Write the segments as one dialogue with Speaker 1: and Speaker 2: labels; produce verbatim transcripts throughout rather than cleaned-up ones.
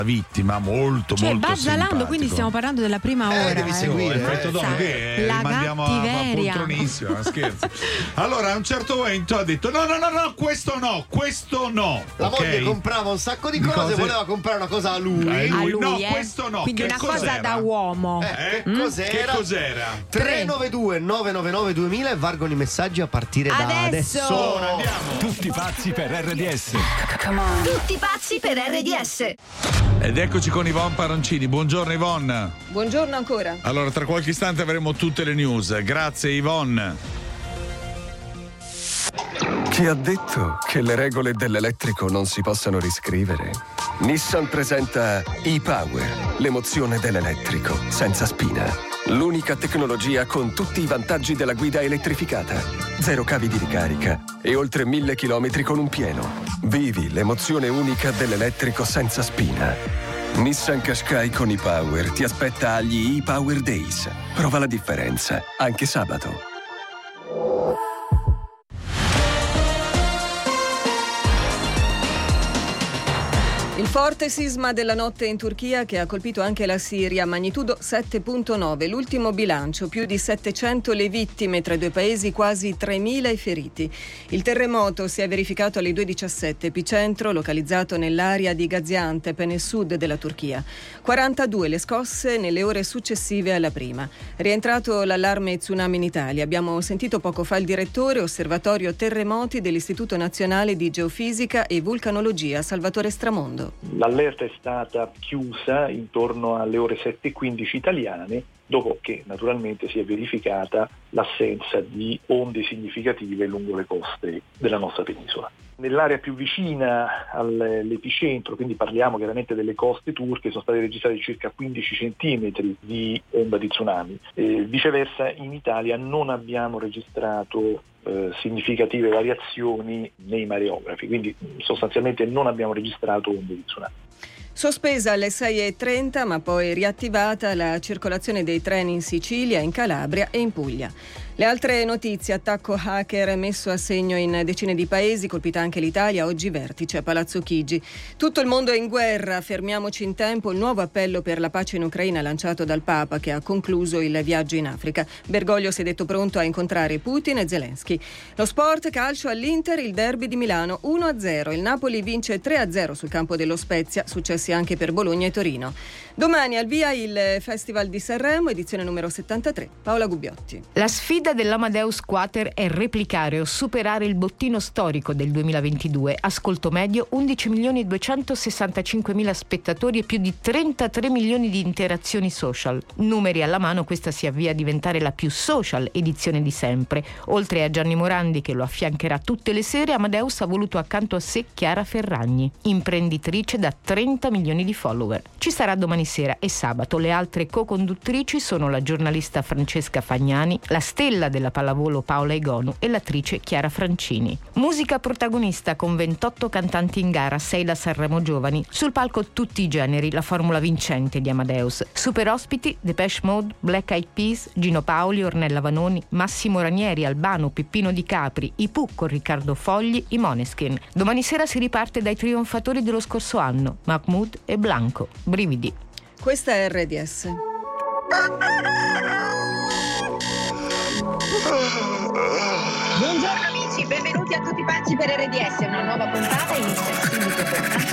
Speaker 1: vittima molto
Speaker 2: cioè,
Speaker 1: molto
Speaker 2: Bazzalando, quindi stiamo parlando della prima
Speaker 3: eh,
Speaker 2: ora.
Speaker 3: Devi
Speaker 2: eh.
Speaker 3: seguire.
Speaker 1: Effetto dopo che
Speaker 2: la
Speaker 1: mandiamo a, a poltronissima, scherzo. Allora a un certo momento ha detto no no no no questo no, questo no.
Speaker 3: La
Speaker 1: okay?
Speaker 3: moglie comprava un sacco di cose,
Speaker 1: cose,
Speaker 3: voleva comprare una cosa a lui.
Speaker 1: A lui,
Speaker 2: a lui
Speaker 1: no,
Speaker 2: eh?
Speaker 1: questo no.
Speaker 2: Quindi
Speaker 1: che
Speaker 2: una
Speaker 1: cos'era?
Speaker 2: cosa da uomo.
Speaker 3: Eh,
Speaker 1: Eh?
Speaker 3: cos'era?
Speaker 1: Che cos'era?
Speaker 3: tre nove due nove nove nove duemila e vargono i messaggi a partire da
Speaker 2: Adesso.
Speaker 3: adesso.
Speaker 1: Andiamo.
Speaker 4: Tutti pazzi per R D S.
Speaker 5: Tutti pazzi per R D S.
Speaker 1: Ed eccoci con Yvonne Paroncini. Buongiorno Yvonne.
Speaker 6: Buongiorno ancora.
Speaker 1: Allora tra qualche istante avremo tutte le news. Grazie Yvonne.
Speaker 7: Chi ha detto che le regole dell'elettrico non si possano riscrivere? Nissan presenta e-Power, l'emozione dell'elettrico, senza spina. L'unica tecnologia con tutti i vantaggi della guida elettrificata. Zero cavi di ricarica e oltre mille chilometri con un pieno. Vivi l'emozione unica dell'elettrico senza spina. Nissan Qashqai con e-Power ti aspetta agli e-Power Days. Prova la differenza, anche sabato.
Speaker 6: Il forte sisma della notte in Turchia che ha colpito anche la Siria, magnitudo sette virgola nove, l'ultimo bilancio, più di settecento le vittime tra i due paesi, quasi tremila i feriti. Il terremoto si è verificato alle due e diciassette, epicentro localizzato nell'area di Gaziantep nel sud della Turchia. quarantadue le scosse nelle ore successive alla prima. Rientrato l'allarme tsunami in Italia, abbiamo sentito poco fa il direttore osservatorio terremoti dell'Istituto Nazionale di Geofisica e Vulcanologia, Salvatore Stramondo.
Speaker 8: L'allerta è stata chiusa intorno alle ore sette e quindici italiane, dopo che naturalmente si è verificata l'assenza di onde significative lungo le coste della nostra penisola. Nell'area più vicina all'epicentro, quindi parliamo chiaramente delle coste turche, sono stati registrati circa quindici centimetri di onda di tsunami. Eh, viceversa in Italia non abbiamo registrato eh, significative variazioni nei mareografi, quindi sostanzialmente non abbiamo registrato onde di tsunami.
Speaker 6: Sospesa alle sei e trenta, ma poi riattivata la circolazione dei treni in Sicilia, in Calabria e in Puglia. Le altre notizie: attacco hacker messo a segno in decine di paesi, colpita anche l'Italia, oggi vertice a Palazzo Chigi. Tutto il mondo è in guerra, fermiamoci in tempo, il nuovo appello per la pace in Ucraina lanciato dal Papa che ha concluso il viaggio in Africa. Bergoglio si è detto pronto a incontrare Putin e Zelensky. Lo sport, calcio all'Inter, il derby di Milano uno a zero, il Napoli vince tre a zero sul campo dello Spezia, successi anche per Bologna e Torino. Domani al via il Festival di Sanremo, edizione numero settantatré. Paola Gubbiotti.
Speaker 9: La sfida dell'Amadeus Quater è replicare o superare il bottino storico del duemilaventidue. Ascolto medio undici milioni duecentosessantacinquemila spettatori e più di trentatré milioni di interazioni social. Numeri alla mano, questa si avvia a diventare la più social edizione di sempre. Oltre a Gianni Morandi che lo affiancherà tutte le sere, Amadeus ha voluto accanto a sé Chiara Ferragni, imprenditrice da trenta milioni di follower. Ci sarà domani sera e sabato. Le altre co-conduttrici sono la giornalista Francesca Fagnani, la stella della pallavolo Paola Egonu e l'attrice Chiara Francini. Musica protagonista con ventotto cantanti in gara, sei da Sanremo Giovani. Sul palco tutti i generi, la formula vincente di Amadeus. Super ospiti Depeche Mode, Black Eyed Peas, Gino Paoli, Ornella Vanoni, Massimo Ranieri, Albano, Peppino Di Capri, i Pooh con Riccardo Fogli, i Måneskin. Domani sera si riparte dai trionfatori dello scorso anno, Mahmood e Blanco. Brividi.
Speaker 6: Questa è R D S.
Speaker 5: Buongiorno amici, benvenuti a Tutti pazzi per R D S. Una nuova puntata inizia subito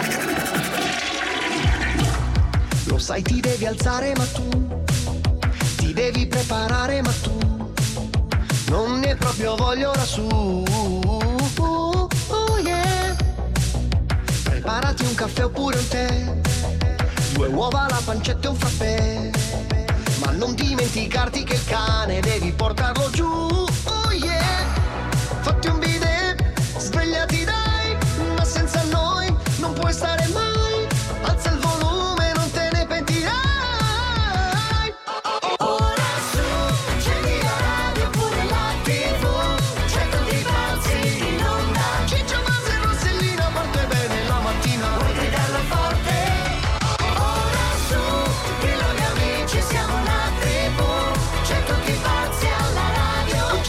Speaker 5: con...
Speaker 10: Lo sai, ti devi alzare ma tu ti devi preparare ma tu non ne proprio voglio lassù. Oh, oh yeah. Preparati un caffè oppure un tè, due uova, la pancetta e un frappè, ma non dimenticarti che il cane devi portarlo giù. Oh yeah. Fatti un bidet, svegliati dai, ma senza noi non puoi stare mai. Alza il volume, non te ne pentirai. Ora su, accendi la radio pure la tivù, c'è Tutti pazzi in onda. Ciccio, Mazza e Rossellina, parte bene la mattina, vuoi gridarlo forte? Ora su, dillo agli amici, siamo una tribù, c'è Tutti pazzi alla radio.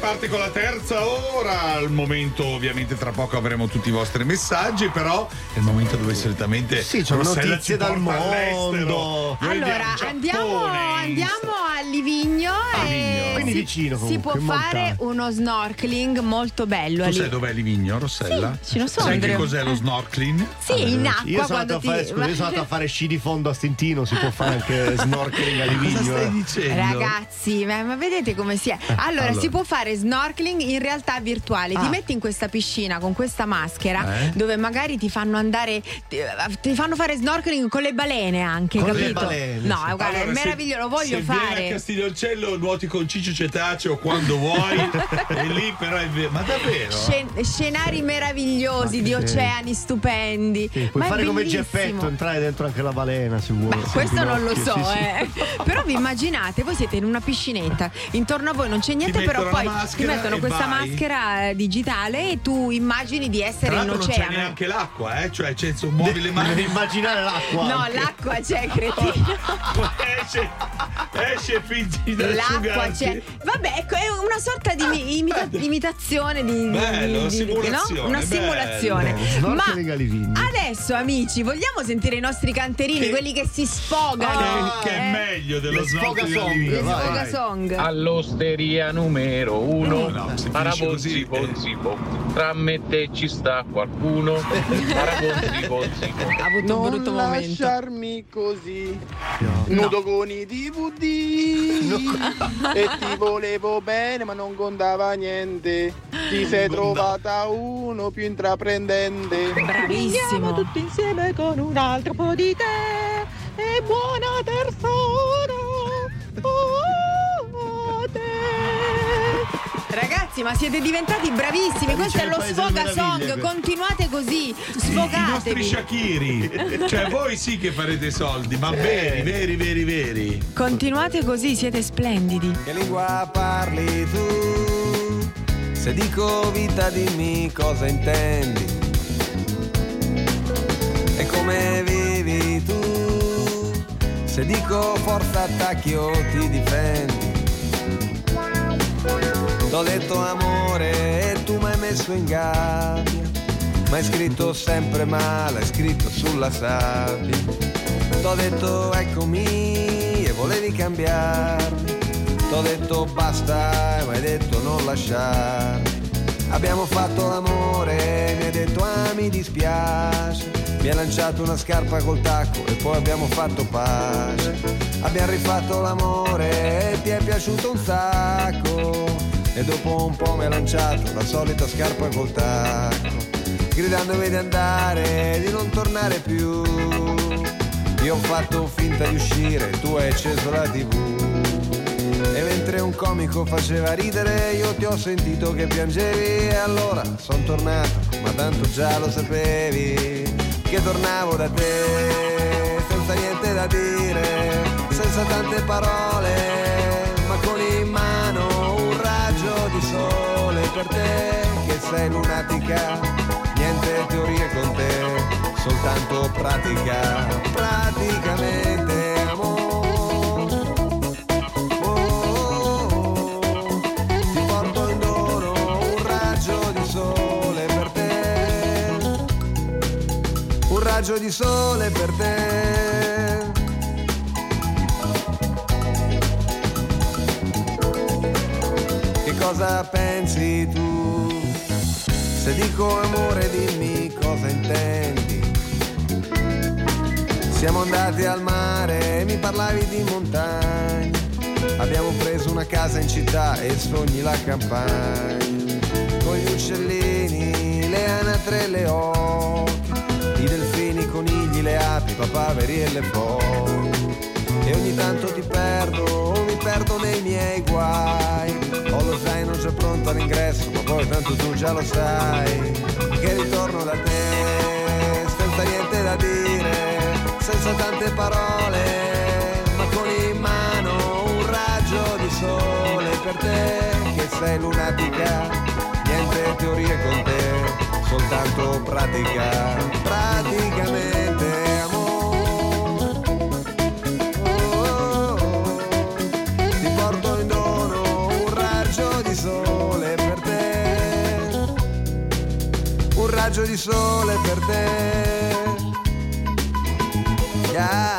Speaker 1: parte con la terza ora. Al momento, ovviamente, tra poco avremo tutti i vostri messaggi, però è il momento dove solitamente
Speaker 3: sì, c'è notizie dal mondo.
Speaker 2: Allora, andiamo, andiamo a Livigno,
Speaker 1: a Livigno.
Speaker 2: e
Speaker 3: Quindi
Speaker 2: si,
Speaker 3: vicino,
Speaker 2: si può fare uno snorkeling molto bello.
Speaker 1: Tu sai dov'è Livigno, Rossella?
Speaker 2: Sì, ce lo so.
Speaker 1: Sai
Speaker 2: Andrea.
Speaker 1: che cos'è lo snorkeling?
Speaker 2: Sì, allora, in acqua.
Speaker 3: Io sono
Speaker 2: quando
Speaker 3: andato
Speaker 2: ti...
Speaker 3: a fare, scusa, io sono andato a fare sci di fondo a Stintino, si può fare anche snorkeling a Livigno.
Speaker 1: Cosa stai
Speaker 3: eh.
Speaker 1: dicendo?
Speaker 2: Ragazzi, ma, ma vedete come si è? Allora,
Speaker 1: allora,
Speaker 2: si può fare snorkeling in realtà virtuale.
Speaker 3: Ah.
Speaker 2: Ti metti in questa piscina con questa maschera,
Speaker 1: eh?
Speaker 2: dove magari ti fanno andare, ti, ti fanno fare snorkeling con le balene anche,
Speaker 3: con
Speaker 2: capito?
Speaker 3: Le balene,
Speaker 2: no,
Speaker 3: sì.
Speaker 2: guarda,
Speaker 1: Allora,
Speaker 2: è meraviglioso, lo voglio
Speaker 1: se
Speaker 2: fare.
Speaker 1: Vieni a Castiglioncello, nuoti con Ciccio Cetaceo quando vuoi, e lì però è vero. Ma davvero?
Speaker 2: Scen- scenari meravigliosi
Speaker 3: Ma
Speaker 2: di
Speaker 3: che
Speaker 2: oceani stupendi.
Speaker 3: Sì, puoi
Speaker 2: Ma
Speaker 3: fare
Speaker 2: è
Speaker 3: come il
Speaker 2: bellissimo.
Speaker 3: geppetto, entrare dentro anche la balena se vuoi.
Speaker 2: Beh,
Speaker 3: Sì,
Speaker 2: questo non lo
Speaker 3: Pinocchio,
Speaker 2: so,
Speaker 3: sì, sì.
Speaker 2: eh. Però vi immaginate, voi siete in una piscinetta, intorno a voi non c'è niente,
Speaker 1: Ti
Speaker 2: però
Speaker 1: mettono
Speaker 2: poi
Speaker 1: la
Speaker 2: ti
Speaker 1: maschera
Speaker 2: mettono
Speaker 1: e
Speaker 2: questa
Speaker 1: vai.
Speaker 2: maschera eh, digitale e tu immagini di essere
Speaker 1: Tra
Speaker 2: in
Speaker 1: l'altro non c'è
Speaker 2: oceano.
Speaker 1: neanche l'acqua, eh? Cioè, c'è, muovi le mani.
Speaker 3: Devi immaginare l'acqua.
Speaker 2: No,
Speaker 3: anche.
Speaker 2: l'acqua c'è, cretino.
Speaker 1: esce, esce fingi da
Speaker 2: L'acqua
Speaker 1: asciugarsi.
Speaker 2: c'è. Vabbè, ecco, è una sorta di imi- imita- imitazione di, di-
Speaker 1: Bello,
Speaker 2: di-
Speaker 1: simulazione,
Speaker 2: no? Una
Speaker 1: bello.
Speaker 2: simulazione.
Speaker 3: Snorkeling a
Speaker 2: Ma
Speaker 3: Livigno.
Speaker 2: adesso, amici, vogliamo sentire i nostri canterini,
Speaker 1: Che-
Speaker 2: quelli che si sfogano.
Speaker 1: Che, che
Speaker 2: eh?
Speaker 1: è meglio dello
Speaker 3: Le sfoga
Speaker 1: snorkeling
Speaker 3: song,
Speaker 1: di Livigno.
Speaker 3: vai.
Speaker 2: Sfoga song.
Speaker 11: All'osteria numero uno,
Speaker 1: No, no, se finisce
Speaker 11: parabonzi
Speaker 1: così,
Speaker 11: bonzibo. Tra me e te ci sta qualcuno. Parabonzi bonzibo.
Speaker 2: Ha avuto un brutto
Speaker 12: non
Speaker 2: momento.
Speaker 12: lasciarmi così nudo con i D V D e ti volevo bene ma non contava niente, ti sei trovata uno più intraprendente.
Speaker 2: Bravissimo.
Speaker 12: tutti insieme con un altro po' di te e buona terza ora. Oh, te.
Speaker 2: Ragazzi, ma siete diventati bravissimi. Questo è
Speaker 3: il
Speaker 2: lo
Speaker 3: Paese delle
Speaker 2: sfoga
Speaker 3: Meraviglie,
Speaker 2: song.
Speaker 3: questo.
Speaker 2: Continuate così.
Speaker 1: I nostri
Speaker 2: Sfogatevi.
Speaker 1: Shakiri. Cioè, voi sì che farete soldi, ma veri, veri, veri, veri.
Speaker 2: Continuate così, siete splendidi.
Speaker 13: Che lingua parli tu? Se dico vita dimmi cosa intendi. E come vivi tu? Se dico forza attacchi o ti difendi. T'ho detto amore e tu m'hai messo in gabbia. M'hai scritto sempre male, hai scritto sulla sabbia. T'ho detto eccomi e volevi cambiarmi. T'ho detto basta e m'hai detto non lasciarmi. Abbiamo fatto l'amore, mi hai detto ah mi dispiace. Mi hai lanciato una scarpa col tacco e poi abbiamo fatto pace. Abbiamo rifatto l'amore e ti è piaciuto un sacco. E dopo un po' mi hai lanciato la solita scarpa col tacco, gridandomi di andare, di non tornare più. Io ho fatto finta di uscire, tu hai acceso la tivù. E mentre un comico faceva ridere io ti ho sentito che piangevi. E allora son tornato, ma tanto già lo sapevi che tornavo da te, senza niente da dire, senza tante parole, ma con in mano un raggio di sole per te che sei lunatica. Niente teorie con te, soltanto pratica, praticamente amore. Un raggio di sole per te. Che cosa pensi tu? Se dico amore dimmi cosa intendi. Siamo andati al mare e mi parlavi di montagna. Abbiamo preso una casa in città e sogni la campagna. Con gli uccellini, le anatre e le oche, i delfini, i conigli, le api, i papaveri e le foche. E ogni tanto ti perdo, o mi perdo nei miei guai. Ho lo zaino già pronto all'ingresso, ma poi tanto tu già lo sai che ritorno da te, senza niente da dire, senza tante parole, ma con in mano un raggio di sole per te che sei lunatica. Niente teorie con te, soltanto pratica, praticamente amore. Oh, oh, oh. Ti porto in dono un raggio di sole raggio di sole per te. Yeah.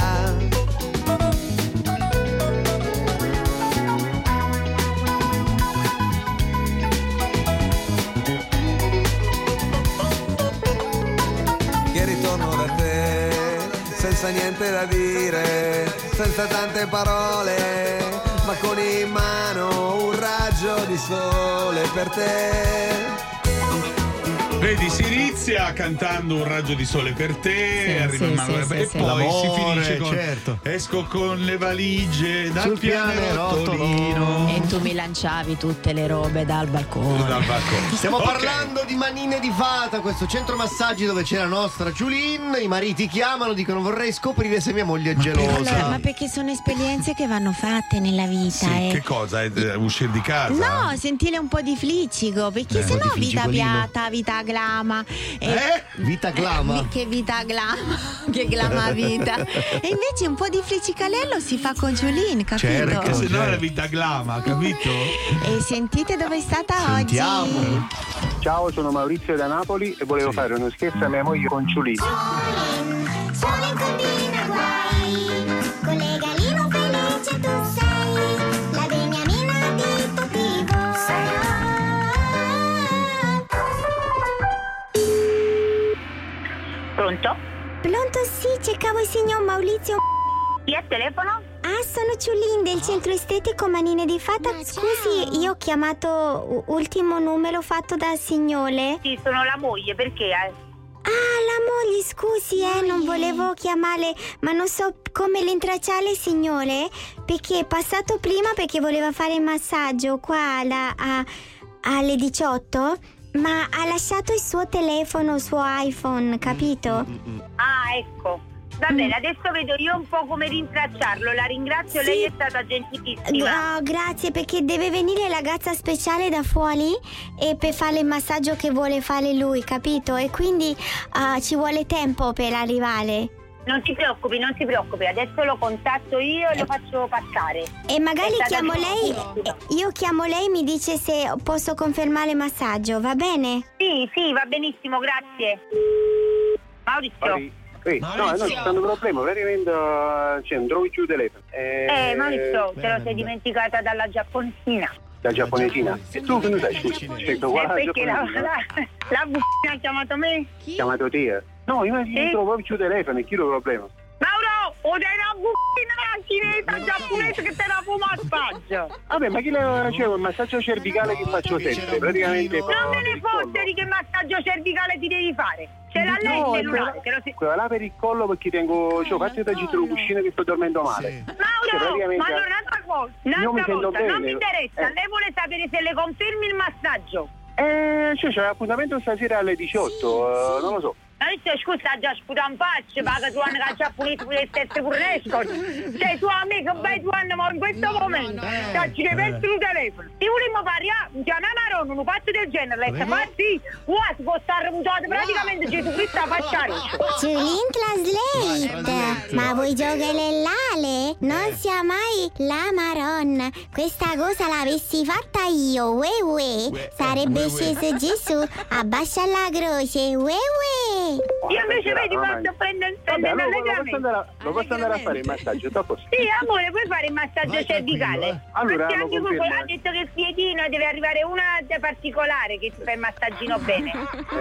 Speaker 13: Che ritorno da te, senza niente da dire, senza tante parole, ma con in mano un raggio di sole per te.
Speaker 1: Vedi, si inizia cantando Un raggio di sole per te,
Speaker 2: Sì,
Speaker 1: arriva
Speaker 2: sì,
Speaker 1: il Manuel
Speaker 2: sì,
Speaker 1: e
Speaker 2: sì,
Speaker 1: poi
Speaker 3: sì.
Speaker 1: si finisce con
Speaker 3: Certo.
Speaker 1: esco con le valigie dal
Speaker 3: Sul
Speaker 1: pianerottolino.
Speaker 2: E tu mi lanciavi tutte le robe dal balcone.
Speaker 1: Dal balcone.
Speaker 3: Stiamo
Speaker 1: Ok.
Speaker 3: parlando di Manine di Fata, questo centro massaggi dove c'è la nostra Giulin. I mariti chiamano, dicono vorrei scoprire se mia moglie è gelosa.
Speaker 2: Allora, ma perché sono esperienze che vanno fatte nella vita.
Speaker 1: Sì,
Speaker 2: eh.
Speaker 1: che cosa? Eh, uscire di casa?
Speaker 2: No, sentire un po' di fliccico, perché
Speaker 1: Eh,
Speaker 2: se
Speaker 3: un po'
Speaker 2: no
Speaker 3: di
Speaker 2: vita
Speaker 3: fliccicolino.
Speaker 2: piatta, vita glama.
Speaker 1: Eh?
Speaker 3: Vita glama.
Speaker 2: Eh, che vita glama, che glama vita. E invece un po' di fliccicalello si fa con Giulin, capito?
Speaker 3: Certo.
Speaker 1: Perché se no è la vita glama, capito?
Speaker 2: E sentite dove è stata
Speaker 3: Sentiamo.
Speaker 2: oggi.
Speaker 12: Ciao, sono Maurizio da Napoli e volevo fare uno scherzo a mia moglie con Ciulì.
Speaker 10: Solo in combina guai, con le galline felice tu sei, la beniamina di tutti voi.
Speaker 5: Pronto?
Speaker 10: Pronto, sì, cercavo il signor Maurizio.
Speaker 5: Chi è al telefono?
Speaker 10: Ah, sono Ciulin del centro estetico Manine di Fata. Scusi, io ho chiamato u- ultimo numero fatto dal signore.
Speaker 5: Sì, sono la moglie, perché? eh?
Speaker 10: Ah, la moglie, scusi, eh, non volevo chiamarle, ma non so come rintracciare il signore, perché è passato prima perché voleva fare il massaggio qua alla- a- alle diciotto, ma ha lasciato il suo telefono, il suo iPhone, capito?
Speaker 5: Ah, ecco. Va bene, adesso vedo io un po' come rintracciarlo. La ringrazio,
Speaker 10: Sì.
Speaker 5: lei è stata gentilissima.
Speaker 10: No, grazie, perché deve venire la ragazza speciale da fuori e per fare il massaggio che vuole fare lui, capito? E quindi ah, ci vuole tempo per arrivare.
Speaker 5: Non si preoccupi, non si preoccupi, adesso lo contatto io e lo faccio passare.
Speaker 10: E magari
Speaker 5: È stata
Speaker 10: chiamo lei,
Speaker 5: gentilissima.
Speaker 10: eh, io chiamo lei, mi dice se posso confermare il massaggio, va bene?
Speaker 5: Sì, sì, va benissimo, grazie. Maurizio.
Speaker 12: Sì, no, no, c'è un problema, praticamente uh, cioè, non trovi più il telefono. Eh,
Speaker 5: Eh, Maurizio, te lo sei dimenticata dalla giapponesina.
Speaker 12: La giapponesina. E tu che ne sai? Scusa, certo,
Speaker 5: Eh,
Speaker 12: guarda la
Speaker 5: perché la,
Speaker 12: giapponesina.
Speaker 5: la, la b***a ha chiamato me?
Speaker 12: Chiamato te. eh. No, io non
Speaker 5: Sì?
Speaker 12: trovo proprio più il telefono, e chi lo problema?
Speaker 5: Mauro, o sei una b***a cinese giapponese che te la fuma a spaggio.
Speaker 12: Vabbè, ma chi le c'è un massaggio cervicale che faccio sempre? Praticamente.
Speaker 5: Non me ne fotte di che massaggio cervicale ti devi fare. C'è la lei
Speaker 12: No,
Speaker 5: cellulare, te lo si...
Speaker 12: quella là per il collo perché tengo. Cioè, faccio da giro cuscino che sto dormendo male. Cioè,
Speaker 5: Mauro,
Speaker 12: praticamente-
Speaker 5: ma allora un'altra cosa,
Speaker 12: Io mi
Speaker 5: un'altra
Speaker 12: sento
Speaker 5: cosa, non
Speaker 12: bene.
Speaker 5: mi interessa,
Speaker 12: Eh.
Speaker 5: lei vuole sapere se le confermi il massaggio.
Speaker 12: Eh, cioè, c'è l'appuntamento stasera alle diciotto, eh, non lo so.
Speaker 5: Adesso scusa, già sputa un faccio, paga tu anni che ha già pulito per le stesse pure Sei tua amica, vai tu anni, ma in questo momento, cioè, ci devi perso il telefono. Ti volevo fare, ah, già una maronna, un fatto del genere, lei sa, ma sì, qua si può stare mutato praticamente Gesù Cristo a facciare.
Speaker 10: Ciulin Translate, ma vuoi giocare l'ale? Non sia mai la maronna. Questa cosa l'avessi fatta io, ue ue. Sarebbe sceso Gesù, abbascia la croce, ue ue.
Speaker 5: Io invece vedi quando prendo il
Speaker 12: Vabbè,
Speaker 5: prendendo
Speaker 12: allora lo posso
Speaker 5: allegamento.
Speaker 12: andare a, lo posso andare a fare il massaggio, dopo sì.
Speaker 5: Sì, amore, puoi fare il massaggio cervicale.
Speaker 12: Allora,
Speaker 5: Perché
Speaker 12: lo
Speaker 5: anche
Speaker 12: confermo,
Speaker 5: quello
Speaker 12: eh.
Speaker 5: ha detto che il piedino deve arrivare una particolare che ti fa il massaggino bene.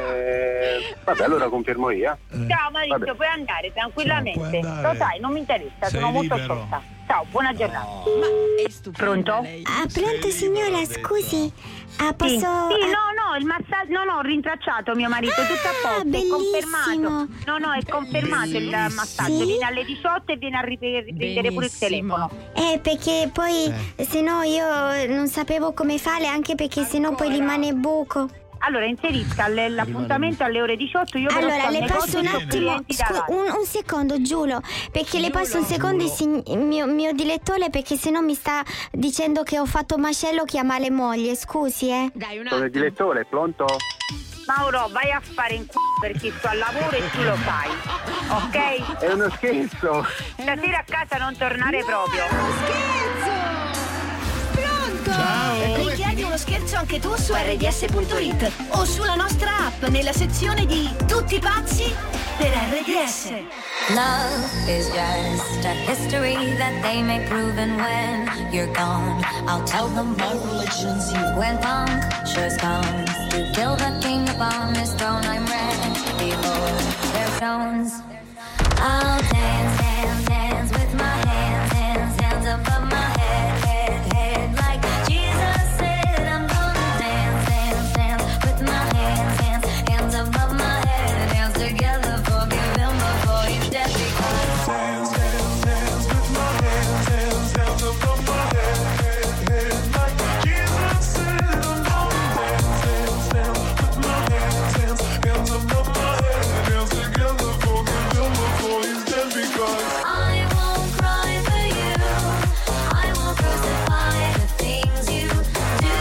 Speaker 12: Eh, vabbè, allora confermo io. eh.
Speaker 5: Ciao Maurizio,
Speaker 12: Vabbè.
Speaker 5: puoi andare tranquillamente.
Speaker 1: Puoi andare.
Speaker 5: Lo sai, non mi interessa,
Speaker 1: Sei
Speaker 5: sono molto
Speaker 1: libero.
Speaker 5: sciolta. Ciao, buona giornata. Pronto?
Speaker 10: Ah, pronto signora, scusi. Ah, posso...
Speaker 5: Sì, sì, no, no, il massaggio, no, no, ho rintracciato mio marito, tutto a posto, è
Speaker 10: bellissimo.
Speaker 5: confermato. No, no, è confermato il massaggio,
Speaker 10: Sì?
Speaker 5: viene alle diciotto e viene a rip- riprendere pure il telefono.
Speaker 10: Eh, perché poi se no io non sapevo come fare, anche perché se no poi rimane buco.
Speaker 5: Allora, inserisca l- l'appuntamento alle ore diciotto, io però
Speaker 10: Allora,
Speaker 5: sto al
Speaker 10: le passo
Speaker 5: negozio
Speaker 10: un
Speaker 5: e ho
Speaker 10: attimo,
Speaker 5: clienti
Speaker 10: scu-
Speaker 5: davanti.
Speaker 10: un, un secondo, Giulio, perché le passo un secondo il, sign- il mio, mio direttore, perché sennò mi sta dicendo che ho fatto macello, chiamare moglie, scusi, eh.
Speaker 2: Dai, un
Speaker 12: Sono il direttore, pronto?
Speaker 5: Mauro, vai a fare in culo perché sto al lavoro e tu lo sai, ok?
Speaker 12: È uno scherzo.
Speaker 5: Stasera a casa non tornare proprio.
Speaker 2: Scherzo! Pronto?
Speaker 1: Ciao.
Speaker 2: Mi chiedi uno
Speaker 14: scherzo anche tu su erre di esse punto it o sulla nostra app nella sezione di Tutti pazzi per erre di esse.
Speaker 15: Love is just a history that they may prove, and when you're gone, I'll tell them my religion's you. When punctures comes to kill the king upon his throne, I'm ready for their stones. I'll dance, dance, dance with my hands, hands, hands above my head, head, head, like Jesus said. I'm gonna dance, dance, dance with my hands, hands, hands above my head, dance together, forgive him before he's dead, because dance, dance, dance with my hands, hands, hands above my head, head, head, like Jesus said. I'm gonna dance, dance, dance with my hands, hands, hands above my head, dance together, forgive him before he's dead, because I won't cry for you, I won't crucify the things you do,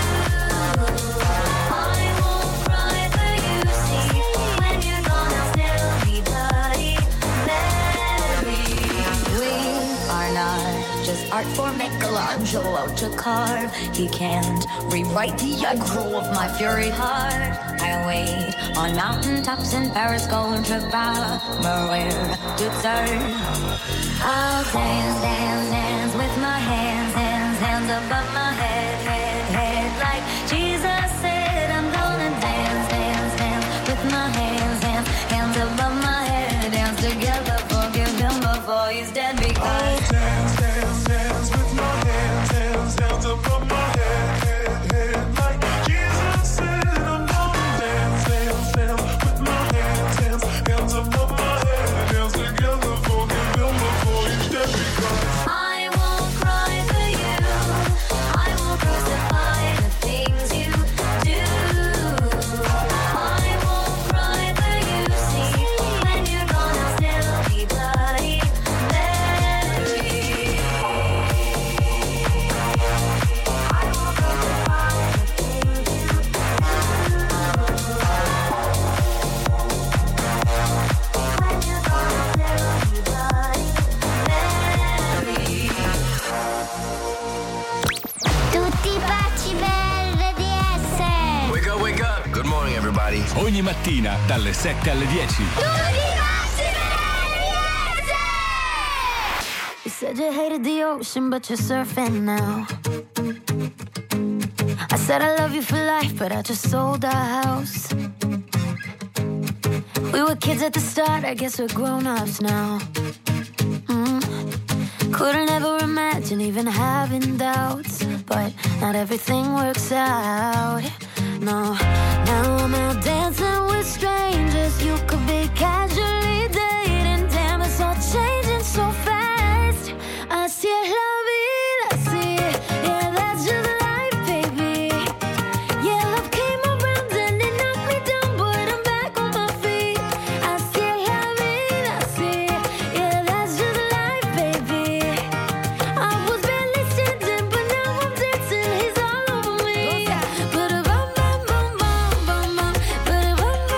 Speaker 15: I won't cry for you, see, when you're gone I'll still be bloody Mary. We are not just art for Michelangelo to carve, he can't rewrite the aggro of my fury heart. I wait on mountaintops in Paris, going to Maria to turn. I'll dance, dance, dance with my hands, hands, hands above my head, head, head, like Jesus said. I'm gonna dance, dance, dance with my hands, hands, hands above my head, dance together, forgive him before he's dead, because I'll dance, dance, dance with my hands, hands, hands above my head, head, head, like Jesus said. I'm gonna dance, dance, dance with my hands, hands, hands above my head, dance together, forgive him before he's dead, because I won't cry for you, I won't crucify the things you do, I won't cry for you, see, when you're gone I'll still be bloody Mary. I won't crucify the things you do, when you're gone I'll still be bloody Mary.
Speaker 16: Tutti pazzi per erre di esse.
Speaker 4: Wake up, wake up. Good morning, everybody. Ogni mattina dalle sette alle dieci.
Speaker 16: You said you hated the ocean, but you're surfing now. I said I love you for life, but I just sold our house. We were kids at the start, I guess we're grown-ups now. Mm. Couldn't ever imagine even having doubts, but not everything works out. No, now I'm out dancing with strangers. You could be casually dating. Damn, it's all changing so fast. Así es la vida, sí. Yeah, that's just life, baby. Yeah, love came around and it knocked me down, but I'm back on my feet. Así es la vida, sí. Yeah, that's just life, baby. I was barely standing, but now I'm dancing. He's all over me. But bum bum bum bum bum bum. But bum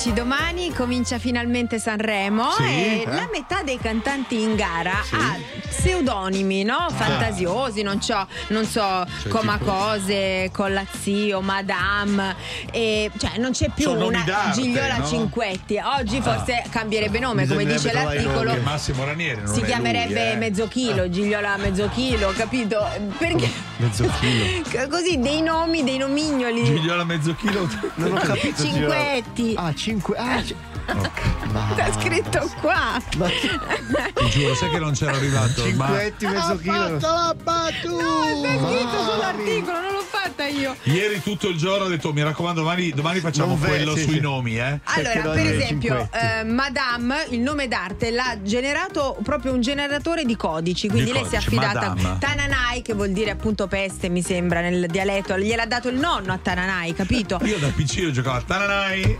Speaker 2: amici, domani comincia finalmente Sanremo
Speaker 1: Sì,
Speaker 2: e
Speaker 1: eh?
Speaker 2: la metà dei cantanti in gara
Speaker 1: Sì.
Speaker 2: ha pseudonimi, no? Fantasiosi, non so, non so,
Speaker 1: Cioè,
Speaker 2: Comacose, Collazio, Madame, e, cioè non c'è più
Speaker 1: Sono nomi
Speaker 2: una
Speaker 1: d'arte,
Speaker 2: Gigliola
Speaker 1: no?
Speaker 2: Cinquetti. Oggi forse cambierebbe nome, come
Speaker 3: Bisognerebbe
Speaker 2: dice
Speaker 3: trovare i
Speaker 2: l'articolo.
Speaker 3: nomi.
Speaker 1: Massimo Ranieri non
Speaker 2: Si
Speaker 1: è
Speaker 2: chiamerebbe
Speaker 1: lui, eh.
Speaker 2: mezzo chilo, Gigliola mezzo chilo, capito? Perché
Speaker 3: Mezzo chilo.
Speaker 2: così dei nomi, dei nomignoli.
Speaker 1: Gigliola mezzo chilo.
Speaker 3: Non ho capito.
Speaker 2: Cinquetti.
Speaker 3: Ah, cinque. Ah, c-
Speaker 2: Sta scritto qua.
Speaker 3: ma
Speaker 1: Ti giuro, sai che non c'era arrivato. Ma
Speaker 3: cinquetti, mezzo chilo.
Speaker 12: la battuta!
Speaker 2: No, sta scritto sull'articolo, non l'ho fatta io.
Speaker 1: ieri tutto il giorno ho detto mi raccomando domani, domani facciamo
Speaker 3: Non ve-
Speaker 1: quello
Speaker 3: sì,
Speaker 1: sui
Speaker 3: sì.
Speaker 1: nomi, eh.
Speaker 2: Allora,
Speaker 3: Perché
Speaker 2: per
Speaker 3: non è
Speaker 2: esempio,
Speaker 3: Cinquetti?
Speaker 2: eh, Madame, il nome d'arte, l'ha generato proprio un generatore di codici. Quindi
Speaker 1: Di
Speaker 2: lei si è
Speaker 1: codici,
Speaker 2: affidata
Speaker 1: Madame.
Speaker 2: a Tananai, che vuol dire appunto peste, mi sembra, nel dialetto. Gliel'ha dato il nonno a Tananai, capito?
Speaker 1: Io da piccino giocavo a Tananai.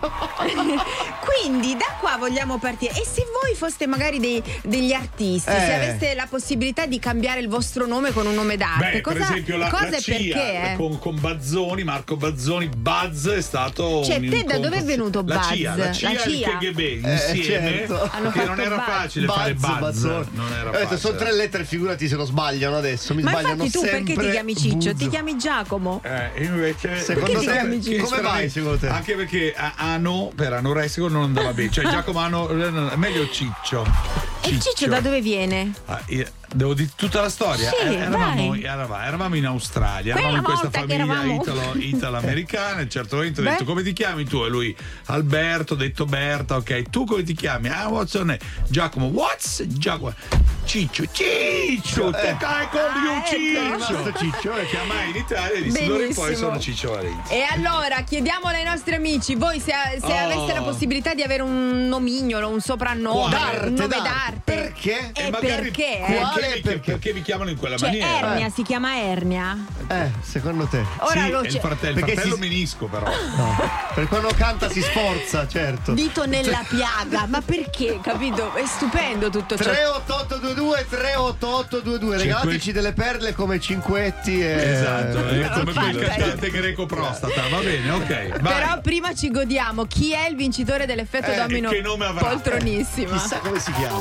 Speaker 2: Quindi da qua vogliamo partire. E se voi foste magari dei- degli artisti,
Speaker 3: Eh.
Speaker 2: se aveste la possibilità di cambiare il vostro nome con un nome d'arte,
Speaker 1: Beh,
Speaker 2: cosa,
Speaker 1: per esempio la,
Speaker 2: cosa
Speaker 1: la
Speaker 2: e
Speaker 1: C I A
Speaker 2: perché? eh?
Speaker 1: con, con Bazzoni, Marco Bazzoni, Buzz è stato
Speaker 2: Cioè,
Speaker 1: un
Speaker 2: te da
Speaker 1: incontro-
Speaker 2: dove è venuto
Speaker 1: la
Speaker 2: Buzz?
Speaker 1: C I A, la C I A
Speaker 2: La
Speaker 1: e il
Speaker 2: C I A?
Speaker 1: K G B
Speaker 3: Eh,
Speaker 1: insieme,
Speaker 3: certo.
Speaker 2: Hanno
Speaker 1: che non
Speaker 2: fatto
Speaker 1: era
Speaker 2: Buzz.
Speaker 1: facile fare
Speaker 3: Buzz,
Speaker 1: Buzz,
Speaker 3: Bazzoni.
Speaker 1: non era
Speaker 3: Ho detto,
Speaker 1: facile.
Speaker 3: sono tre lettere, figurati se lo sbagliano adesso. Mi
Speaker 2: Ma
Speaker 3: sbagliano
Speaker 2: infatti tu
Speaker 3: sempre.
Speaker 2: perché ti chiami Ciccio?
Speaker 3: Buzz.
Speaker 2: Ti chiami Giacomo?
Speaker 1: Eh, invece
Speaker 3: Secondo
Speaker 2: Perché ti
Speaker 3: te
Speaker 2: chiami Ciccio?
Speaker 3: come vai secondo te?
Speaker 1: Anche perché a- Ano per anoressico non andava bene, cioè Giacomo Ano è meglio Ciccio.
Speaker 2: E Ciccio da dove viene?
Speaker 1: Ah, io- devo dire tutta la storia.
Speaker 2: Sì,
Speaker 1: Eh, eravamo,
Speaker 2: vai.
Speaker 1: eravamo, eravamo in Australia,
Speaker 2: Quella
Speaker 1: eravamo in questa
Speaker 2: volta che
Speaker 1: famiglia
Speaker 2: eravamo-
Speaker 1: italo, italo-americana. E a un certo momento ho
Speaker 2: Beh.
Speaker 1: detto come ti chiami tu? E lui Alberto, ho detto Berta, ok. Tu come ti chiami? Ah, what's your name? Giacomo, what's Giacomo? Ciccio, Ciccio, te
Speaker 3: Eh.
Speaker 1: cai con you
Speaker 2: Ah, ecco.
Speaker 1: Ciccio.
Speaker 3: Basta Ciccio, eh.
Speaker 1: Chiamai in Italia e dissi d'ora in poi
Speaker 2: Benissimo.
Speaker 1: sono Ciccio Valenzi.
Speaker 2: E allora chiediamolo ai nostri amici, voi se, se
Speaker 1: Oh.
Speaker 2: aveste la possibilità di avere un nomignolo, un soprannome,
Speaker 1: Quale?
Speaker 2: un nome
Speaker 3: D'arte,
Speaker 2: d'arte.
Speaker 3: perché?
Speaker 2: E
Speaker 1: magari
Speaker 2: perché?
Speaker 1: perché,
Speaker 3: Quale?
Speaker 1: mi,
Speaker 3: Perché?
Speaker 1: perché mi chiamano in quella
Speaker 2: Cioè
Speaker 1: maniera?
Speaker 2: Ernia si chiama Ernia.
Speaker 3: Eh, secondo te?
Speaker 2: Ora
Speaker 1: sì,
Speaker 2: lo
Speaker 1: è il
Speaker 2: c'è-
Speaker 1: fratello, il
Speaker 3: Perché
Speaker 1: fratello
Speaker 3: si-
Speaker 1: menisco però.
Speaker 3: No. Per quando canta si sforza, certo.
Speaker 2: Dito nella piaga, ma perché? Capito? È stupendo tutto ciò.
Speaker 3: tre otto otto due due tre otto otto due due regalateci delle perle come Cinquetti e
Speaker 1: Esatto, è
Speaker 2: non
Speaker 1: come
Speaker 2: fa
Speaker 1: quel
Speaker 2: bene.
Speaker 1: cantante greco prostata, va bene, ok. Vai.
Speaker 2: Però prima ci godiamo chi è il vincitore dell'effetto
Speaker 3: Eh,
Speaker 2: domino
Speaker 1: che nome avrà?
Speaker 2: poltronissima.
Speaker 3: chissà come si chiama.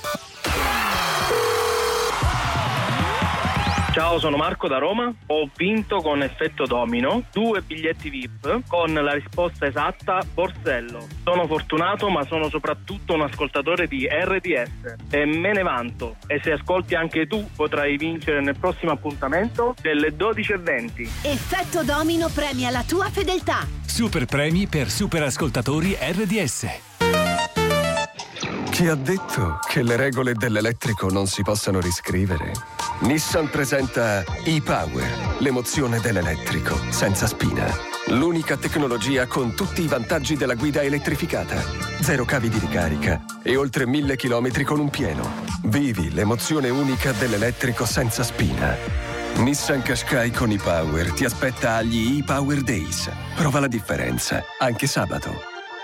Speaker 17: Ciao, sono Marco da Roma. Ho vinto con effetto domino due biglietti V I P con la risposta esatta Borsello. Sono fortunato, ma sono soprattutto un ascoltatore di R D S e me ne vanto. E se ascolti anche tu potrai vincere nel prossimo appuntamento delle dodici e venti.
Speaker 14: Effetto domino premia la tua fedeltà.
Speaker 4: Super premi per super ascoltatori R D S.
Speaker 7: Chi ha detto che le regole dell'elettrico non si possano riscrivere? Nissan presenta e-Power, l'emozione dell'elettrico, senza spina. L'unica tecnologia con tutti i vantaggi della guida elettrificata. Zero cavi di ricarica e oltre mille chilometri con un pieno. Vivi l'emozione unica dell'elettrico senza spina. Nissan Qashqai con e-Power ti aspetta agli e-Power Days. Prova la differenza, anche sabato.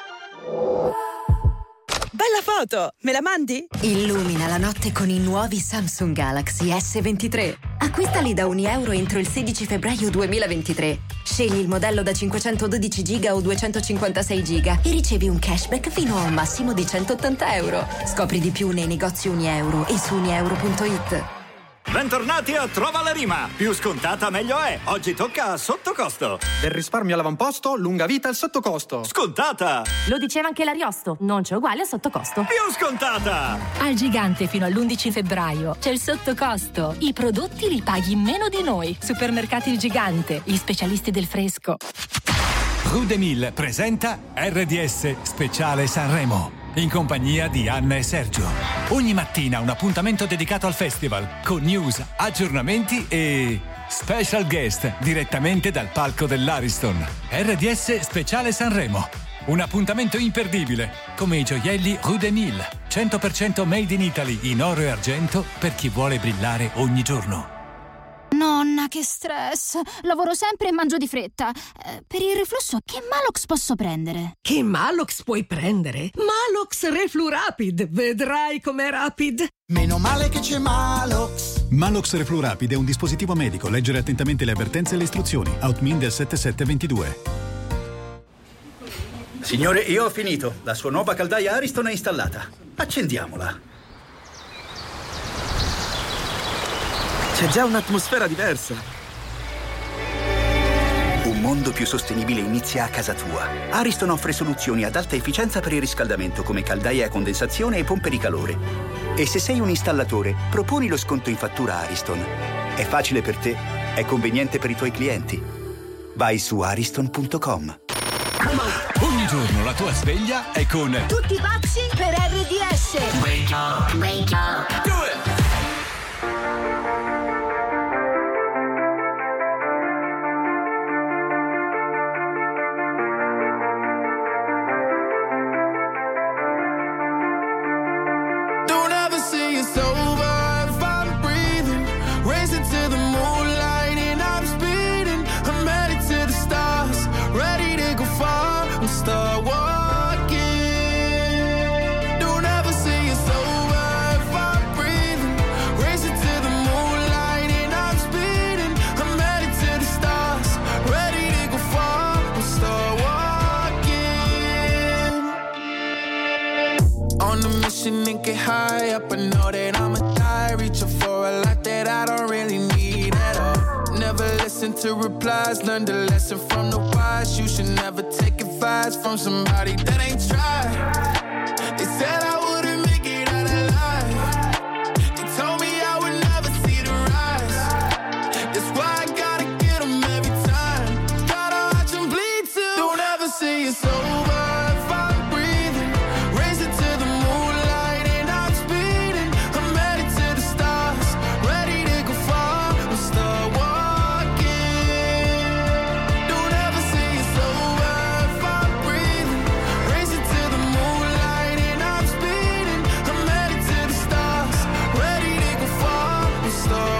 Speaker 18: Bella foto! Me la mandi?
Speaker 19: Illumina la notte con i nuovi Samsung Galaxy S ventitré. Acquistali da un euro entro il sedici febbraio duemilaventitré. Scegli il modello da cinquecentododici giga o duecentocinquantasei giga e ricevi un cashback fino a un massimo di centottanta euro. Scopri di più nei negozi Unieuro e su unieuro punto it.
Speaker 20: Bentornati a Trova la Rima. Più scontata meglio è. Oggi tocca a sotto costo.
Speaker 21: Del risparmio all'avamposto, lunga vita al sottocosto.
Speaker 20: Scontata.
Speaker 22: Lo diceva anche l'Ariosto, non c'è uguale a sottocosto.
Speaker 20: Più scontata.
Speaker 22: Al Gigante fino all'undici febbraio c'è il sottocosto. I prodotti li paghi meno di noi. Supermercati Il Gigante, gli specialisti del fresco.
Speaker 4: Rue des Mille presenta R D S Speciale Sanremo in compagnia di Anna e Sergio. Ogni mattina un appuntamento dedicato al festival con news, aggiornamenti e special guest direttamente dal palco dell'Ariston. R D S Speciale Sanremo. Un appuntamento imperdibile, come i gioielli Rue des Mille. cento per cento made in Italy in oro e argento per chi vuole brillare ogni giorno.
Speaker 23: Nonna, che stress. Lavoro sempre e mangio di fretta. Eh, per il reflusso, che Malox posso prendere?
Speaker 24: Che Malox puoi prendere? Malox Reflu Rapid. Vedrai com'è rapid.
Speaker 25: Meno male che c'è Malox. Malox Reflu Rapid è un dispositivo medico. Leggere attentamente le avvertenze e le istruzioni. Outmin del settantasette ventidue.
Speaker 6: Signore, io ho finito. La sua nuova caldaia Ariston è installata. Accendiamola.
Speaker 8: C'è già un'atmosfera diversa.
Speaker 6: Un mondo più sostenibile inizia a casa tua. Ariston offre soluzioni ad alta efficienza per il riscaldamento come caldaie a condensazione e pompe di calore. E se sei un installatore, proponi lo sconto in fattura Ariston. È facile per te, è conveniente per i tuoi clienti. Vai su ariston punto com.
Speaker 4: Ogni giorno la tua sveglia è con
Speaker 14: Tutti pazzi per R D S.
Speaker 15: Wake up, wake up.
Speaker 4: Do it!
Speaker 9: Don't ever say it's over if I'm breathing. Racing to the moonlight and I'm speeding. I'm headed to the stars, ready to go far and start walking. Don't ever say it's over if I'm breathing. Racing to the moonlight and I'm speeding. I'm headed to the stars, ready to go far and start walking. On a mission and get high up, I know that I'ma die. Reaching for a lot that I don't really need at all. Never listen to replies, learn the lesson from the wise. You should never take advice from somebody that ain't tried. They said I wouldn't make it out alive. They told me I would never see the rise. That's why I gotta get them every time. Gotta watch them bleed too. Don't ever say it's over if I'm breathing. Racing to the moonlight and I'm speeding. I'm headed to the stars, ready to go far and start walking. Don't ever say it's over if I'm breathing. Racing to the moonlight and I'm speeding. I'm headed to the stars, ready to go far and start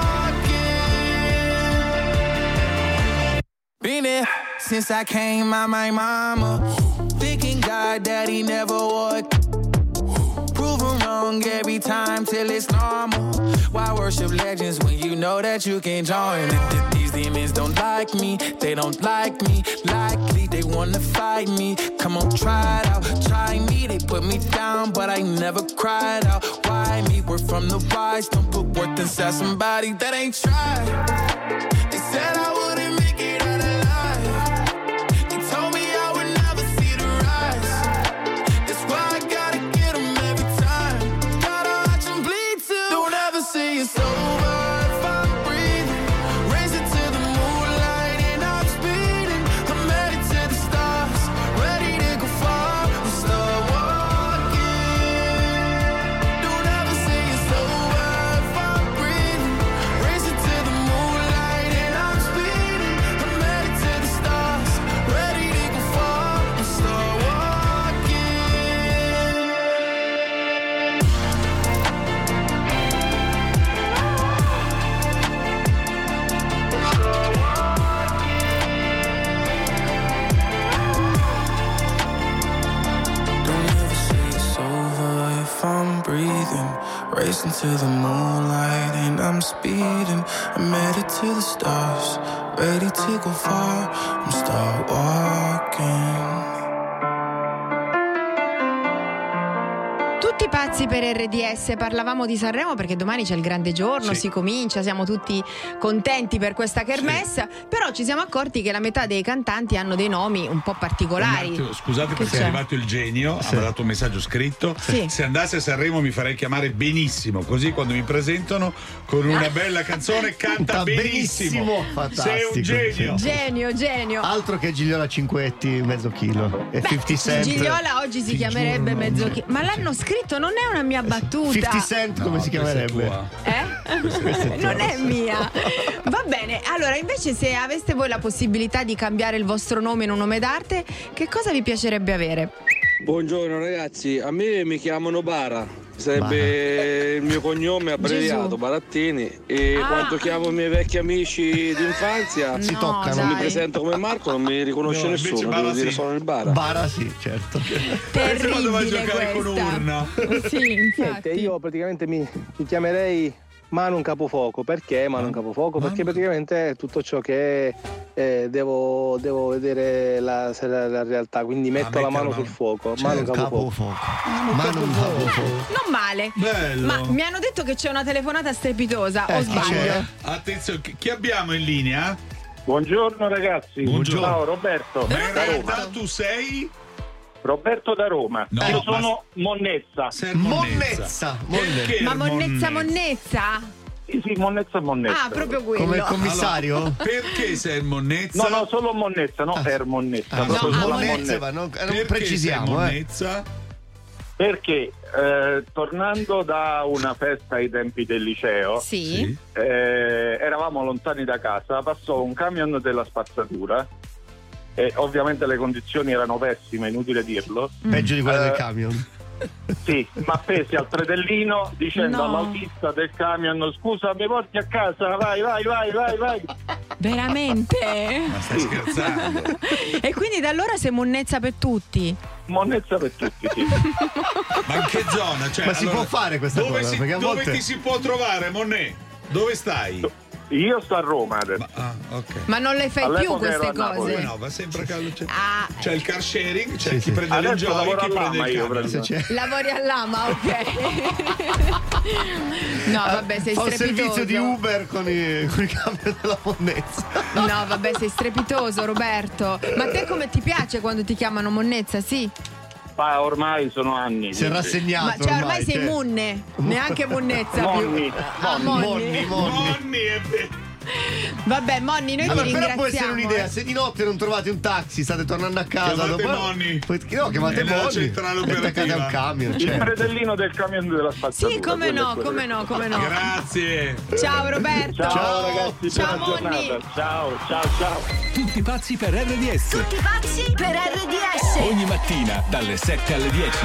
Speaker 9: walking. Been there since I came out my mama. Thinking God that he never would. Proven wrong every time till it's normal. Why worship legends when you know that you can join? Th- th- These demons don't like me, they don't like me. Likely they wanna fight me. Come on, try it out, try me. They put me down, but I never cried out. Why me? We're from the wise. Don't put worth inside somebody that ain't tried. They said I wouldn't make it out alive. They told me I would never see the rise. That's why I gotta get them every time. Gotta watch them bleed too. Don't ever say it's over if I'm breathing. Racing to the moonlight and I'm speeding. I'm headed to the stars, ready to go far and start walking. Don't ever say it's over if I'm breathing. Racing to the moonlight and I'm speeding. I'm headed to the stars, ready to go far and start walking. Don't ever say it's over if I'm breathing. Racing to the moonlight and I'm speeding. I'm headed to the stars, ready to go far and start walking.
Speaker 2: Tutti pazzi per R D S, parlavamo di Sanremo perché domani c'è il grande giorno,
Speaker 1: Sì.
Speaker 2: si comincia, siamo tutti contenti per questa kermesse, però ci siamo accorti che la metà dei cantanti hanno dei nomi un po' particolari.
Speaker 1: Un attimo, scusate
Speaker 2: Che
Speaker 1: perché
Speaker 2: c'è?
Speaker 1: è arrivato il genio,
Speaker 3: Sì.
Speaker 1: ha dato un messaggio scritto.
Speaker 2: Sì.
Speaker 1: Se andasse a Sanremo mi farei chiamare benissimo, così quando mi presentano con una bella canzone canta
Speaker 3: Canta
Speaker 1: benissimo.
Speaker 3: benissimo.
Speaker 1: Sei un
Speaker 3: Fantastico,
Speaker 1: genio.
Speaker 2: Genio, genio.
Speaker 3: Altro che Gigliola Cinquetti, mezzo chilo. E cinquanta Cent.
Speaker 2: Gigliola oggi si
Speaker 3: Ti
Speaker 2: chiamerebbe
Speaker 3: giuro,
Speaker 2: mezzo
Speaker 3: mamma.
Speaker 2: chi- ma l'hanno scritto, non è una mia battuta.
Speaker 3: cinquanta Cent come
Speaker 1: No,
Speaker 3: si
Speaker 1: questa è
Speaker 3: chiamerebbe?
Speaker 1: tua.
Speaker 2: Eh?
Speaker 3: Questa è
Speaker 2: Non
Speaker 3: tua.
Speaker 2: è mia. Va bene, allora invece se aveste voi la possibilità di cambiare il vostro nome in un nome d'arte, che cosa vi piacerebbe avere?
Speaker 11: Buongiorno ragazzi, a me mi chiamano Bara. Sarebbe il mio cognome abbreviato,
Speaker 2: Gesù.
Speaker 11: Barattini. E
Speaker 2: Ah.
Speaker 11: quando chiamo i miei vecchi amici d'infanzia
Speaker 2: Si No, toccano.
Speaker 11: non mi
Speaker 2: dai.
Speaker 11: presento come Marco, non mi riconosce
Speaker 1: No, invece
Speaker 11: nessuno,
Speaker 1: Bara
Speaker 11: devo dire
Speaker 1: sì.
Speaker 11: solo il Bara.
Speaker 3: Bara sì, certo.
Speaker 1: Penso doveva
Speaker 2: Terribile
Speaker 1: giocare con
Speaker 2: questa.
Speaker 1: urna.
Speaker 2: Sì,
Speaker 11: Niente,
Speaker 2: infatti.
Speaker 11: io praticamente mi, mi chiamerei Mano un capofuoco, perché mano un capofuoco? Perché praticamente è tutto ciò che eh, devo, devo vedere la, la, la realtà, quindi metto
Speaker 1: ah,
Speaker 11: la mano
Speaker 1: no.
Speaker 11: sul fuoco,
Speaker 3: C'è
Speaker 11: mano un
Speaker 3: il
Speaker 11: capofuoco.
Speaker 3: capofuoco. Mano un capofuoco.
Speaker 2: Non male.
Speaker 1: Bello.
Speaker 2: Ma mi hanno detto che c'è una telefonata strepitosa,
Speaker 3: Eh,
Speaker 2: o
Speaker 3: chi
Speaker 2: sbaglio?
Speaker 3: c'è?
Speaker 1: Attenzione, chi- chi abbiamo in linea?
Speaker 5: Buongiorno ragazzi.
Speaker 1: Buongiorno.
Speaker 5: Ciao Roberto.
Speaker 1: Ma in
Speaker 5: Da
Speaker 1: realtà
Speaker 5: Roma.
Speaker 1: tu sei?
Speaker 5: Roberto da Roma.
Speaker 1: No,
Speaker 5: Io
Speaker 1: ma-
Speaker 5: sono Monnezza.
Speaker 1: Sei
Speaker 3: Monnezza.
Speaker 1: Perché
Speaker 2: Ma monnezza,
Speaker 1: Monnezza?
Speaker 2: monnezza?
Speaker 5: Sì, sì, Monnezza, Monnezza.
Speaker 2: Ah, proprio quello.
Speaker 3: Come il commissario?
Speaker 1: Allora, perché sei il Monnezza?
Speaker 5: No, no, solo Monnezza, no per Monnezza.
Speaker 3: Ah,
Speaker 5: proprio
Speaker 3: no,
Speaker 5: sulla
Speaker 3: Monnezza,
Speaker 5: Monnezza.
Speaker 3: ma non, eh, non
Speaker 1: Perché
Speaker 3: precisiamo,
Speaker 1: sei
Speaker 3: eh.
Speaker 1: Monnezza?
Speaker 5: Perché eh, tornando da una festa ai tempi del liceo,
Speaker 2: Sì.
Speaker 5: eh, eravamo lontani da casa, passò un camion della spazzatura e ovviamente le condizioni erano pessime, inutile dirlo.
Speaker 3: Peggio di quella
Speaker 5: Eh,
Speaker 3: del camion.
Speaker 5: Sì, ma appesi al predellino dicendo
Speaker 2: No.
Speaker 5: all'autista del camion: scusa, mi porti a casa, vai, vai, vai, vai, vai.
Speaker 2: Veramente?
Speaker 1: Ma stai scherzando?
Speaker 2: E quindi da allora sei monnezza per tutti?
Speaker 5: Monnezza per tutti, sì.
Speaker 1: Ma in che zona? Cioè,
Speaker 3: Ma si può fare questa
Speaker 1: dove
Speaker 3: cosa?
Speaker 1: si-
Speaker 3: Perché a
Speaker 1: dove
Speaker 3: volte-
Speaker 1: ti si può trovare, Monnet? Dove stai?
Speaker 5: Io sto a Roma adesso.
Speaker 1: Ah, ok.
Speaker 2: Ma non le fai più
Speaker 5: All'epoca
Speaker 2: queste
Speaker 5: ero a Napoli.
Speaker 2: cose?
Speaker 1: No, va sempre a caldo. C'è,
Speaker 2: Ah,
Speaker 1: c'è il car sharing, c'è
Speaker 3: Sì,
Speaker 1: chi
Speaker 3: sì.
Speaker 1: prende le
Speaker 5: Adesso
Speaker 1: enjoy,
Speaker 5: lavoro
Speaker 1: chi
Speaker 5: a
Speaker 1: prende
Speaker 5: Lama
Speaker 1: il
Speaker 5: io,
Speaker 1: camion.
Speaker 3: Se c'è-
Speaker 2: lavori all'ama, ok. No, vabbè, sei
Speaker 3: Fa un
Speaker 2: strepitoso.
Speaker 3: servizio di Uber con i, con i camion della Monnezza.
Speaker 2: No, vabbè, sei strepitoso, Roberto. Ma a te come ti piace quando ti chiamano monnezza, sì?
Speaker 5: Ma ormai sono anni.
Speaker 3: Si è
Speaker 5: quindi.
Speaker 3: rassegnato.
Speaker 2: Ma cioè ormai sei
Speaker 3: cioè.
Speaker 2: munne, neanche monnezza
Speaker 5: Monni.
Speaker 2: più. Ah, Monni.
Speaker 3: Monni, Monni.
Speaker 1: Monni è be-
Speaker 2: Vabbè, Monni, noi
Speaker 3: Allora,
Speaker 2: ti
Speaker 3: però
Speaker 2: ringraziamo.
Speaker 3: può essere un'idea,
Speaker 2: eh.
Speaker 3: se di notte non trovate un taxi, state tornando a casa.
Speaker 1: Chiamate
Speaker 3: dopo...
Speaker 1: Monni.
Speaker 3: Poi- No, chiamate
Speaker 1: È nella
Speaker 3: Monni.
Speaker 1: centrale
Speaker 3: E attaccate a un
Speaker 1: operativa.
Speaker 3: camion.
Speaker 5: Il
Speaker 3: certo.
Speaker 5: predellino del camion della spazzatura.
Speaker 2: Sì, come
Speaker 5: quello
Speaker 2: no,
Speaker 5: è quello.
Speaker 2: come no, come no.
Speaker 1: Grazie.
Speaker 2: Ciao Roberto.
Speaker 5: Ciao,
Speaker 3: Ciao.
Speaker 5: ragazzi,
Speaker 2: Ciao,
Speaker 5: buona
Speaker 2: Monni.
Speaker 5: giornata. Ciao, ciao, ciao.
Speaker 4: Tutti pazzi per R D S.
Speaker 14: Tutti pazzi per R D S.
Speaker 4: Ogni mattina dalle sette alle dieci.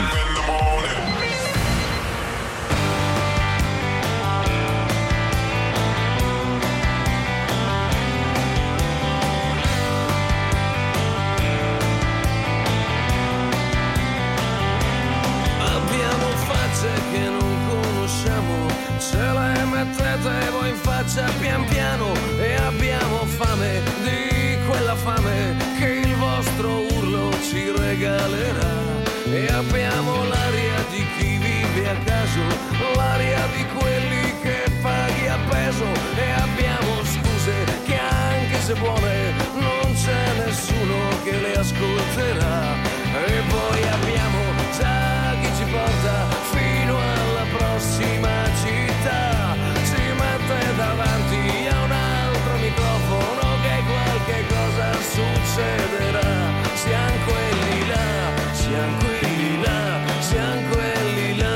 Speaker 9: Abbiamo facce che non conosciamo, ce le mettete voi in faccia pian piano e abbiamo fame di quella fame che il vostro urlo ci regalerà e abbiamo l'aria di chi vive a caso, l'aria di quelli che paghi a peso e abbiamo scuse che anche se buone non c'è nessuno che le ascolterà e poi abbiamo già chi ci porta fino alla prossima città, ci mette davanti a un altro microfono che qualche cosa succederà, siamo quelli là, siamo quelli là, siamo quelli là,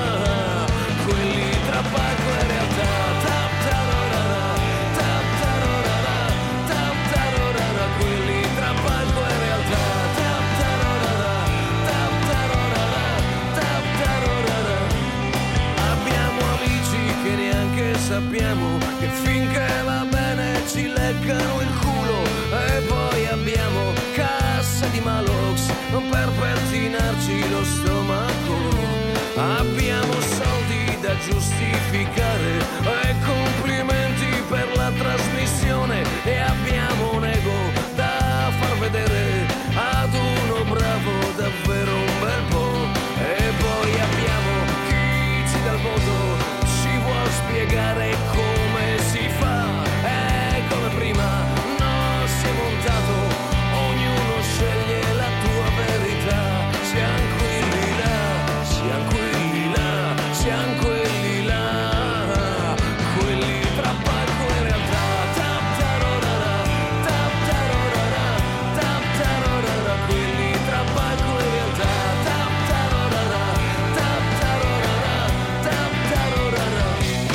Speaker 9: quelli tra palco e realtà, tap tarorara, tap tarorara, tap tarorara, quelli tra palco e realtà, tap tarorara, tap tarorara, tap tarorara. Abbiamo amici che neanche sappiamo che finché va bene ci leccano il culo e poi abbiamo casse di Malox per pettinarci lo stomaco, abbiamo soldi da giustificare e complimenti per la trasmissione e abbiamo un ego da far vedere ad uno bravo davvero un bel po' e poi abbiamo chi ci dà il voto, ci vuol spiegare come si fa e come prima non si è montato, ognuno sceglie la tua verità, siamo quelli là, siamo quelli là, siamo quelli là, quelli tra palco e realtà, tap tarorara, tap tarorara, tap tarorara, quelli tra palco e realtà, tap tarorara, tap tarorara, tap tarorara.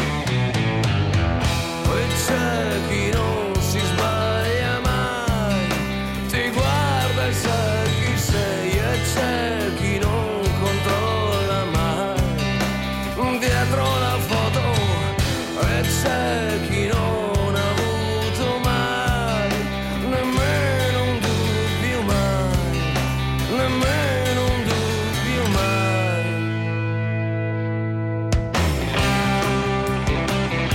Speaker 9: Poi c'è chi non si sbaglia mai, ti guarda e sa chi sei e c'è chi non controlla mai, dietro la foto e c'è chi non ha avuto mai, nemmeno un dubbio mai, nemmeno un dubbio mai.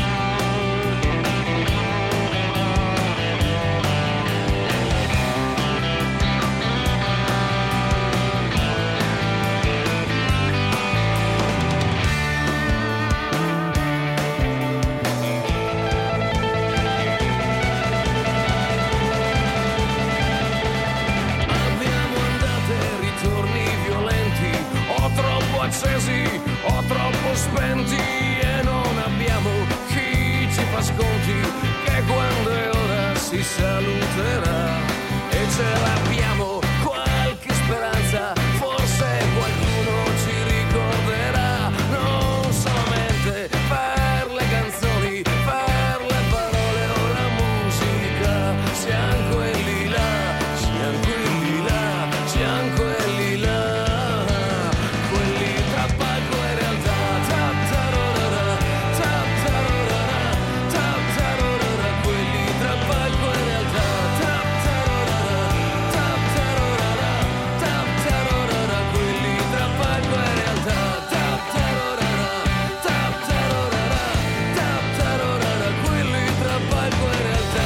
Speaker 10: spenti e non abbiamo chi ci fa sconti, che quando è ora si saluterà e ce l'abbiamo qualche speranza, forse qualcuno ci ricorderà, non solamente per le canzoni, per le parole o la musica, siamo quelli là, siamo quelli là, siamo quelli là, quelli tra palco e realtà, tap tarorara, tap tarorara, tap tarorara, quelli tra palco e realtà, tap tarorara, tap tarorara, tap tarorara, quelli tra palco e realtà, tap tarorara, tap tarorara, tap tarorara, quelli tra palco e realtà.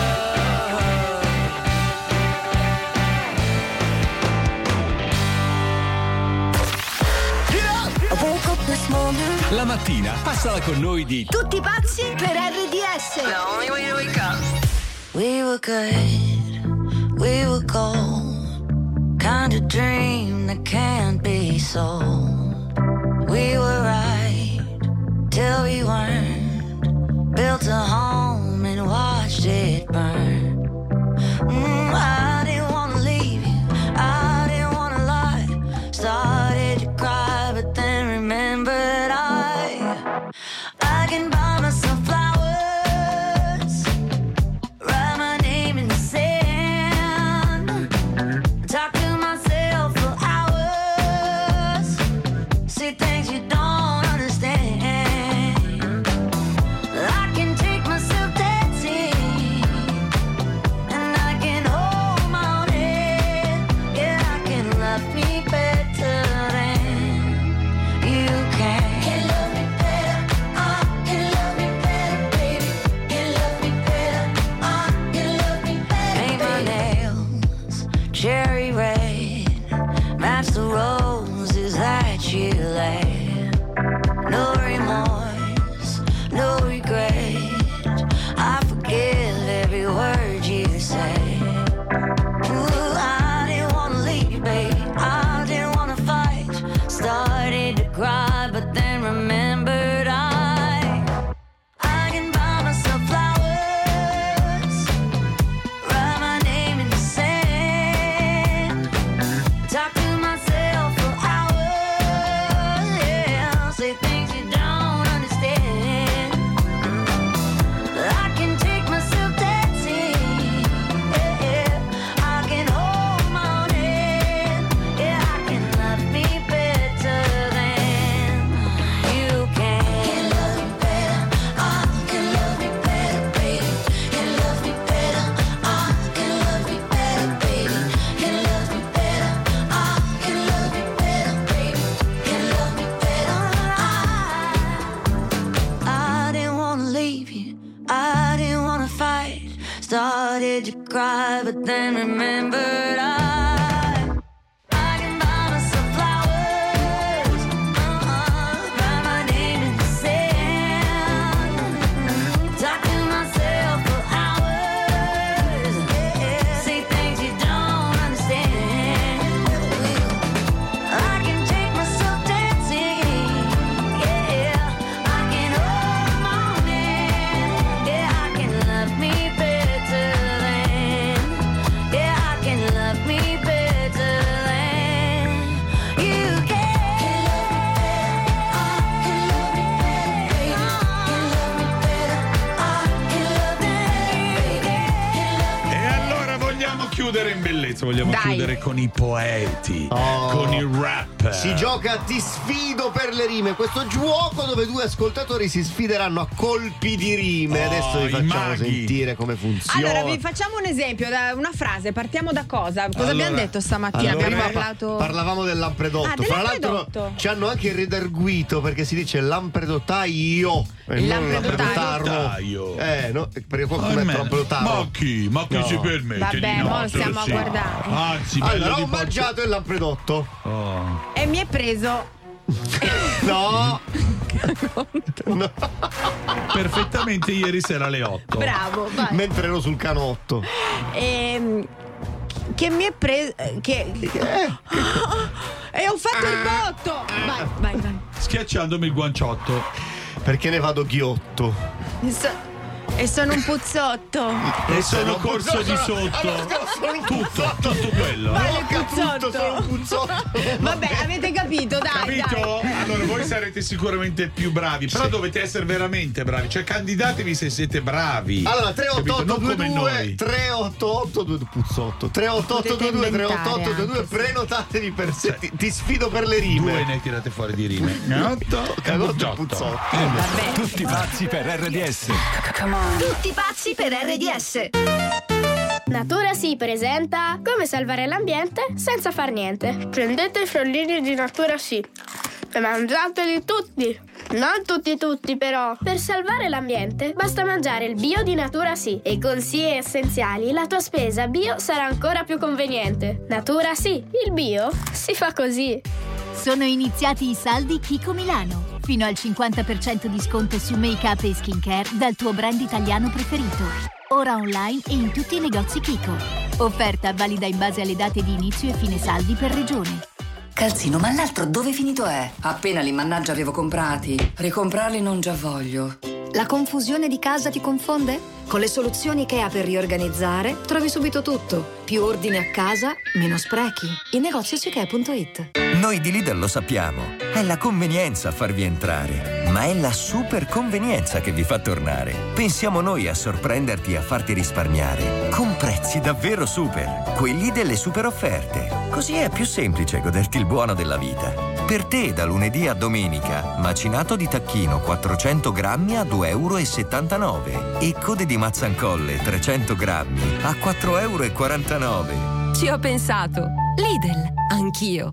Speaker 4: La mattina passala con noi di
Speaker 14: Tutti pazzi per R D S. The only way to wake up.
Speaker 15: We were good, we were gold, kind of dream that can't be sold. We were right till we weren't, built a home and watched it burn. Mm, I didn't wanna leave you, I didn't wanna lie, started to cry but then remembered I I can buy myself flowers, write my name in the sand, talk to myself for hours, say things you don't understand. I can take myself dancing, and I can hold my own head. Yeah, I can love me better than you can. Can love me better, I can love me better, baby. Can love me better, I can love me better. Paint my nails cherry red, match the roses that you laid. No remorse, no regret, I forgive every word you say. Ooh, I didn't wanna leave, babe, I didn't wanna fight, started to cry but then remembered I I can buy myself flowers, write my name in the sand, talk to myself for hours, yeah, say things you don't understand. I can take myself dancing, yeah, yeah, I can hold my own hand, yeah, I can love me better than you can. Can love me better, I can love me better, baby. Can love me better, I can love me better, baby. Can love me better, I can love me better, baby. Can love me better, I I didn't wanna leave you, I didn't wanna fight, started to cry but then remembered I I can buy myself flowers, uh-uh, write my name in the sand, talk to myself for hours, yeah, say things you don't understand. I can take myself dancing, yeah, I can hold my own hand, yeah, I can love me better than, yeah, I can love me better than you can. Can love me better, I can love me better, baby. Can love me better, I can love me better,
Speaker 1: E allora vogliamo chiudere in bellezza, vogliamo
Speaker 2: Dai.
Speaker 1: chiudere con i poeti,
Speaker 3: Oh.
Speaker 1: con il rap.
Speaker 3: Si gioca a Ti sfido per le rime, questo gioco dove due ascoltatori si sfideranno a colpi di rime.
Speaker 1: Oh,
Speaker 3: Adesso vi
Speaker 1: i
Speaker 3: facciamo
Speaker 1: maghi.
Speaker 3: sentire come funziona.
Speaker 2: Allora, vi facciamo un esempio, da una frase, partiamo da cosa? Cosa
Speaker 3: Allora-
Speaker 2: abbiamo detto stamattina?
Speaker 3: allora,
Speaker 2: abbiamo
Speaker 3: prima
Speaker 2: parlato.
Speaker 3: pa- parlavamo del lampredotto.
Speaker 2: Ah, del
Speaker 3: Fra
Speaker 2: lampredotto.
Speaker 3: l'altro ci hanno anche redarguito perché si dice lampredottaio e
Speaker 2: Il
Speaker 3: non
Speaker 2: lampredottaio.
Speaker 3: lampredottarro. Eh, no, perché qualcuno
Speaker 1: Ah,
Speaker 3: è
Speaker 1: me-
Speaker 3: troppo tarro.
Speaker 1: Ma chi? Ma chi
Speaker 3: No.
Speaker 1: si permette
Speaker 2: Vabbè,
Speaker 1: di
Speaker 2: mo
Speaker 1: no?
Speaker 2: stiamo a
Speaker 1: Sì.
Speaker 2: guardare.
Speaker 1: Anzi, bello
Speaker 3: Allora,
Speaker 1: di
Speaker 3: ho
Speaker 1: porco-
Speaker 3: mangiato il lampredotto.
Speaker 1: Oh.
Speaker 2: E mi è preso.
Speaker 3: No. No.
Speaker 1: Perfettamente ieri sera alle otto.
Speaker 2: Bravo, vai.
Speaker 3: Mentre ero sul canotto.
Speaker 2: Ehm, che mi è preso. Che. E ho fatto il botto! Vai, vai, vai.
Speaker 1: schiacciandomi il guanciotto.
Speaker 3: Perché ne vado ghiotto.
Speaker 2: So- E sono un puzzotto.
Speaker 1: E sono corso di sotto. Tutto, tutto quello.
Speaker 2: Vale puzzotto. Vabbè, avete capito, dai.
Speaker 1: Capito?
Speaker 2: dai.
Speaker 1: Allora voi sarete sicuramente più bravi, però
Speaker 3: Sì.
Speaker 1: dovete essere veramente bravi. Cioè candidatevi se siete bravi.
Speaker 3: Allora tre otto otto
Speaker 1: Capito? Non
Speaker 3: due
Speaker 1: come
Speaker 3: due
Speaker 1: noi.
Speaker 3: tre otto otto due puzzotto tre otto otto due due tre otto otto due due prenotatevi per se ti, ti sfido per le rime.
Speaker 1: Due ne tirate fuori di rime. Cagotto,
Speaker 3: Cagotto, puzzotto.
Speaker 4: Tutti pazzi per R D S.
Speaker 14: Tutti pazzi per R D S.
Speaker 7: Natura Sì presenta come salvare l'ambiente senza far niente. Prendete i frollini di Natura Sì e mangiateli tutti. Non tutti tutti però. Per salvare l'ambiente basta mangiare il bio di Natura Sì e con Sì essenziali la tua spesa bio sarà ancora più conveniente. Natura Sì, il bio si fa così.
Speaker 12: Sono iniziati i saldi Kiko Milano. Fino al cinquanta per cento di sconto su make-up e skincare dal tuo brand italiano preferito. Ora online e in tutti i negozi Kiko. Offerta valida in base alle date di inizio e fine saldi per regione.
Speaker 13: Calzino, ma l'altro dove finito è? Appena li mannaggia avevo comprati. Ricomprarli non già voglio.
Speaker 16: La confusione di casa ti confonde? Con le soluzioni IKEA per riorganizzare trovi subito tutto. Più ordine a casa, meno sprechi. I negozi su ikea punto it.
Speaker 17: Noi di Lidl lo sappiamo. È la convenienza a farvi entrare, ma è la super convenienza che vi fa tornare. Pensiamo noi a sorprenderti e a farti risparmiare. Con prezzi davvero super. Quelli delle super offerte. Così è più semplice goderti il buono della vita. Per te da lunedì a domenica, macinato di tacchino quattrocento grammi a due e settantanove euro e code di Mazzancolle trecento grammi a quattro e quarantanove euro.
Speaker 26: Ci ho pensato. Lidl, anch'io.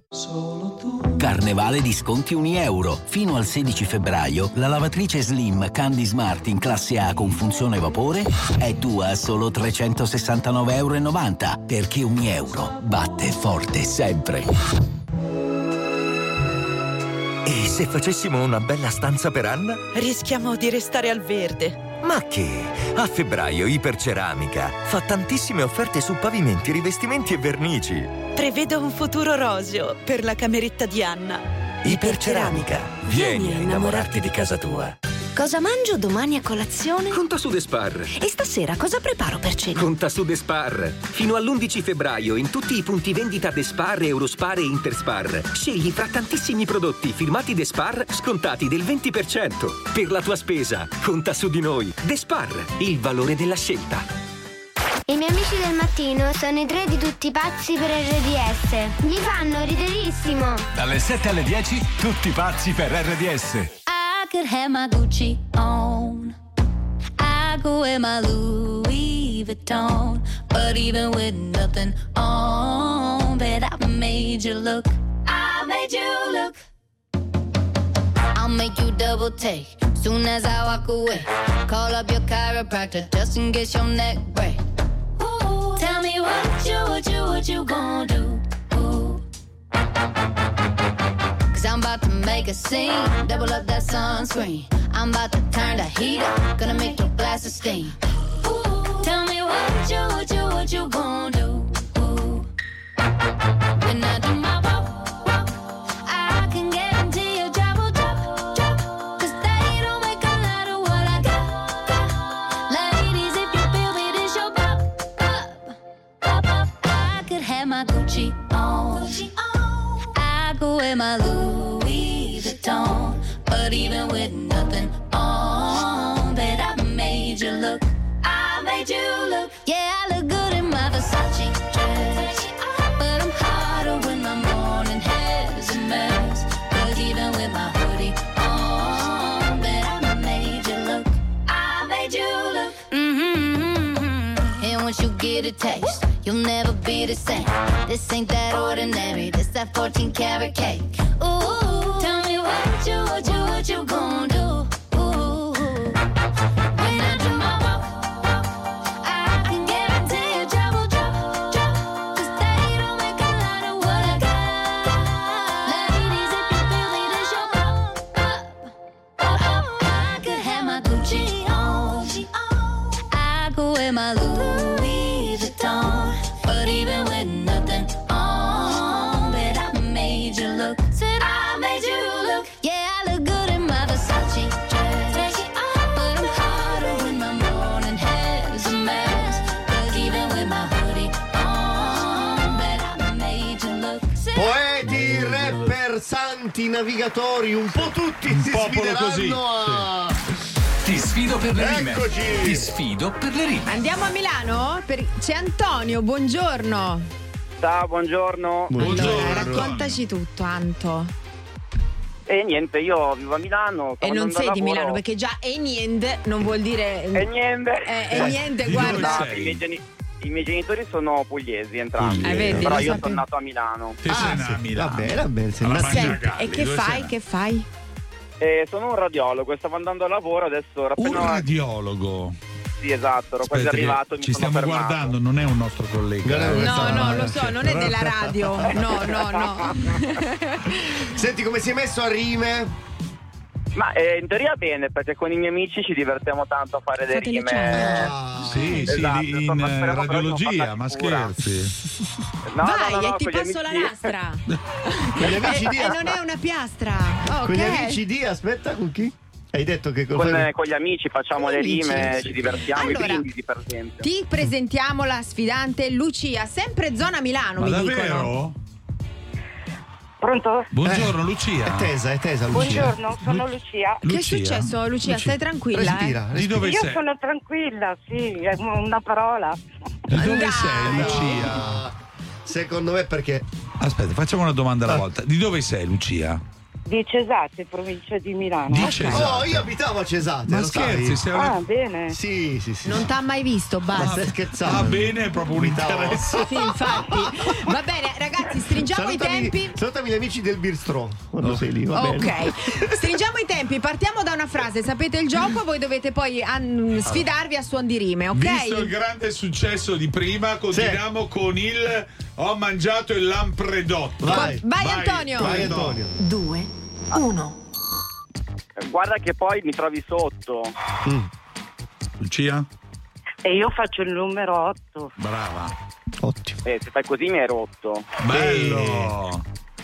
Speaker 27: Carnevale di sconti un euro. Fino al sedici febbraio la lavatrice Slim Candy Smart in classe A con funzione vapore è tua a solo trecentosessantanove e novanta euro, perché un euro batte forte sempre.
Speaker 17: E se facessimo una bella stanza per Anna?
Speaker 18: Rischiamo di restare al verde.
Speaker 17: Ma che? A febbraio Iperceramica fa tantissime offerte su pavimenti, rivestimenti e vernici.
Speaker 18: Prevedo un futuro roseo per la cameretta di Anna.
Speaker 17: Iperceramica. Vieni a innamorarti di casa tua.
Speaker 16: Cosa mangio domani a colazione?
Speaker 28: Conta su Despar.
Speaker 16: E stasera cosa preparo per cena?
Speaker 28: Conta su Despar. Fino all'undici febbraio in tutti i punti vendita Despar, Eurospar e Interspar. Scegli fra tantissimi prodotti firmati Despar scontati del venti per cento. Per la tua spesa, conta su di noi. Despar, il valore della scelta.
Speaker 7: I miei amici del mattino sono i tre di tutti pazzi per R D S. Li fanno riderissimo.
Speaker 4: Dalle sette alle dieci, tutti pazzi per R D S.
Speaker 15: I could have my Gucci on. I could wear my Louis Vuitton. But even with nothing on, bet I made you look. I made you look. I'll make you double take soon as I walk away. Call up your chiropractor just in case your neck break. Ooh, tell me what you, what you, what you gonna do. Ooh. Cause I'm about to make a scene, double up that sunscreen. I'm about to turn the heat up, gonna make your glasses steam. Ooh, tell me what you, what you, what you gonna do. Ooh. When I do my walk, walk, I can guarantee your job will drop, drop. Cause they don't make a lot of what I got, got. Ladies, if you feel me, this your pop, pop, pop, pop. I could have my Gucci on, Gucci on. I could wear my Louis Vuitton. But even with nothing on, bet I made you look. I made you look. Yeah, I look good in my Versace dress. But I'm hotter when my morning hair is a mess. Cause even with my hoodie on, bet I made you look. I made you look. Mm-hmm, mm-hmm. And once you get a taste, you'll never be the same. This ain't that ordinary, this that fourteen karat cake. Ooh, tell me what you, what you, what you gonna do. Ooh, when I do my walk, walk, I can guarantee your job will drop, drop. Cause they don't make a lot of what I got. Ladies, if you feel me, this your pop, pop, pop, pop. I could have my Gucci on. I could wear my Louis Vuitton. But even with nothing on, bet I made you look. Said I made you look. Yeah, I
Speaker 3: navigatori, un po' tutti
Speaker 1: Un
Speaker 3: si
Speaker 1: popolo
Speaker 3: sfideranno
Speaker 1: così,
Speaker 3: a...
Speaker 4: Ti sfido per le rime.
Speaker 3: Eccoci.
Speaker 4: Ti sfido per le rime.
Speaker 2: Andiamo a Milano? Per- C'è Antonio, buongiorno.
Speaker 8: Ciao, buongiorno.
Speaker 2: Allora, raccontaci tutto, Anto.
Speaker 8: E niente, io vivo a Milano.
Speaker 2: E non sei di Milano, perché già e niente non vuol dire.
Speaker 8: E niente.
Speaker 2: E niente, guarda.
Speaker 8: I miei, geni- I miei genitori sono pugliesi entrambi.
Speaker 2: Eh, vedi,
Speaker 8: però
Speaker 2: lo
Speaker 8: io
Speaker 2: sapevo.
Speaker 8: sono nato a Milano.
Speaker 1: Te sei nato a Milano.
Speaker 3: Va bene, va bene. sei
Speaker 1: Alla
Speaker 3: nato-
Speaker 2: Senti,
Speaker 1: Mangiagalli,
Speaker 2: e che
Speaker 1: dove
Speaker 2: fai?
Speaker 1: sei?
Speaker 2: Che fai?
Speaker 8: Eh, sono un radiologo, stavo andando a lavoro adesso. Ora
Speaker 1: Un
Speaker 8: appena...
Speaker 1: radiologo.
Speaker 8: Sì, esatto, ero quasi
Speaker 1: Aspetta che
Speaker 8: arrivato. Mi
Speaker 1: ci
Speaker 8: sono
Speaker 1: stiamo
Speaker 8: fermato.
Speaker 1: guardando, non è un nostro collega. eh.
Speaker 2: No, no, lo so, non è della radio. No, no, no.
Speaker 3: Senti, come si è messo a rime?
Speaker 8: Ma eh, in teoria bene, perché con i miei amici ci divertiamo tanto a fare le
Speaker 2: Fate le
Speaker 8: rime.
Speaker 2: challenge.
Speaker 1: Sì,
Speaker 8: Esatto,
Speaker 1: sì, in
Speaker 8: insomma,
Speaker 1: eh,
Speaker 8: speriamo però di non
Speaker 1: radiologia,
Speaker 8: farla
Speaker 1: ma
Speaker 8: sicura.
Speaker 1: scherzi.
Speaker 8: No,
Speaker 2: Vai,
Speaker 8: no, no,
Speaker 2: e ti
Speaker 8: con gli
Speaker 2: passo la
Speaker 8: amici-
Speaker 2: lastra.
Speaker 3: Con gli amici
Speaker 2: e,
Speaker 3: di
Speaker 2: e non è una piastra. Ok.
Speaker 3: Con gli amici di, aspetta, con chi? Hai detto che
Speaker 8: Con,
Speaker 3: cosa...
Speaker 8: eh, con gli amici facciamo
Speaker 3: Con
Speaker 8: le
Speaker 3: gli amici,
Speaker 8: rime,
Speaker 3: sì.
Speaker 8: ci divertiamo,
Speaker 2: Allora,
Speaker 8: i brindisi per esempio.
Speaker 2: Ti presentiamo la sfidante Lucia, sempre zona Milano,
Speaker 1: Ma
Speaker 2: mi
Speaker 1: davvero?
Speaker 2: dicono.
Speaker 19: Pronto?
Speaker 1: Buongiorno
Speaker 3: È
Speaker 1: Lucia.
Speaker 3: tesa, è tesa, Lucia.
Speaker 19: Buongiorno, sono Lucia.
Speaker 2: Che è successo, Lucia? Stai tranquilla,
Speaker 3: Respira,
Speaker 2: eh?
Speaker 1: Di dove
Speaker 19: Io
Speaker 1: sei?
Speaker 19: sono tranquilla, sì, è una parola.
Speaker 1: Di dove
Speaker 2: Dai.
Speaker 1: sei Lucia?
Speaker 3: Ah, secondo me perché...
Speaker 1: Aspetta, facciamo una domanda alla
Speaker 3: Ah.
Speaker 1: volta. Di dove sei Lucia?
Speaker 19: Di Cesate, provincia di Milano.
Speaker 1: Di Cesate.
Speaker 3: Oh, io abitavo a Cesate,
Speaker 1: Ma
Speaker 3: lo
Speaker 1: scherzi,
Speaker 3: sai?
Speaker 1: sei
Speaker 19: Ah,
Speaker 1: una...
Speaker 19: bene.
Speaker 3: Sì, sì, sì.
Speaker 2: Non t'ha mai visto,
Speaker 3: Ma
Speaker 2: basta.
Speaker 3: stai scherzando?
Speaker 1: Va bene, è proprio un
Speaker 3: Abitavo-
Speaker 1: interesse.
Speaker 2: Sì, infatti. Va bene, ragazzi, stringiamo i
Speaker 3: Salutami-
Speaker 2: tempi.
Speaker 3: Salutami gli amici del Birstrò quando sei lì, va bene?
Speaker 2: Ok, stringiamo i tempi, partiamo da una frase, sapete il gioco, voi dovete poi an- sfidarvi a suon di rime, ok?
Speaker 1: Visto il grande successo di prima, continuiamo con il ho mangiato il lampredotto.
Speaker 3: Vai.
Speaker 2: Vai, Antonio.
Speaker 3: Vai, Antonio.
Speaker 2: Due, uno.
Speaker 8: Eh, Guarda che poi mi trovi sotto.
Speaker 1: Lucia?
Speaker 19: E io faccio il numero otto.
Speaker 1: Brava.
Speaker 3: Ottimo.
Speaker 8: Eh, se fai così mi hai rotto.
Speaker 1: Bello.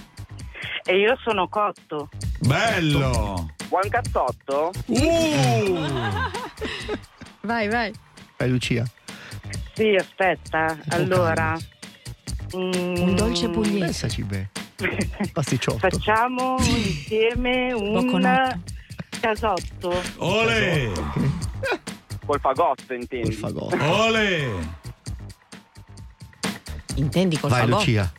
Speaker 19: E io sono cotto.
Speaker 1: Bello.
Speaker 8: Buon cazzotto?
Speaker 1: Uh.
Speaker 2: Vai, vai.
Speaker 3: Vai, Lucia.
Speaker 19: Sì, aspetta, allora.
Speaker 2: Un dolce pugliese.
Speaker 3: Pensaci bene. Pasticciotto.
Speaker 19: Facciamo insieme un
Speaker 2: Bocconotto.
Speaker 19: casotto.
Speaker 1: Ole.
Speaker 8: Col fagotto, intendi?
Speaker 3: Col fagotto.
Speaker 1: Ole.
Speaker 2: Intendi col
Speaker 3: Vai,
Speaker 2: fagotto?
Speaker 3: Lucia.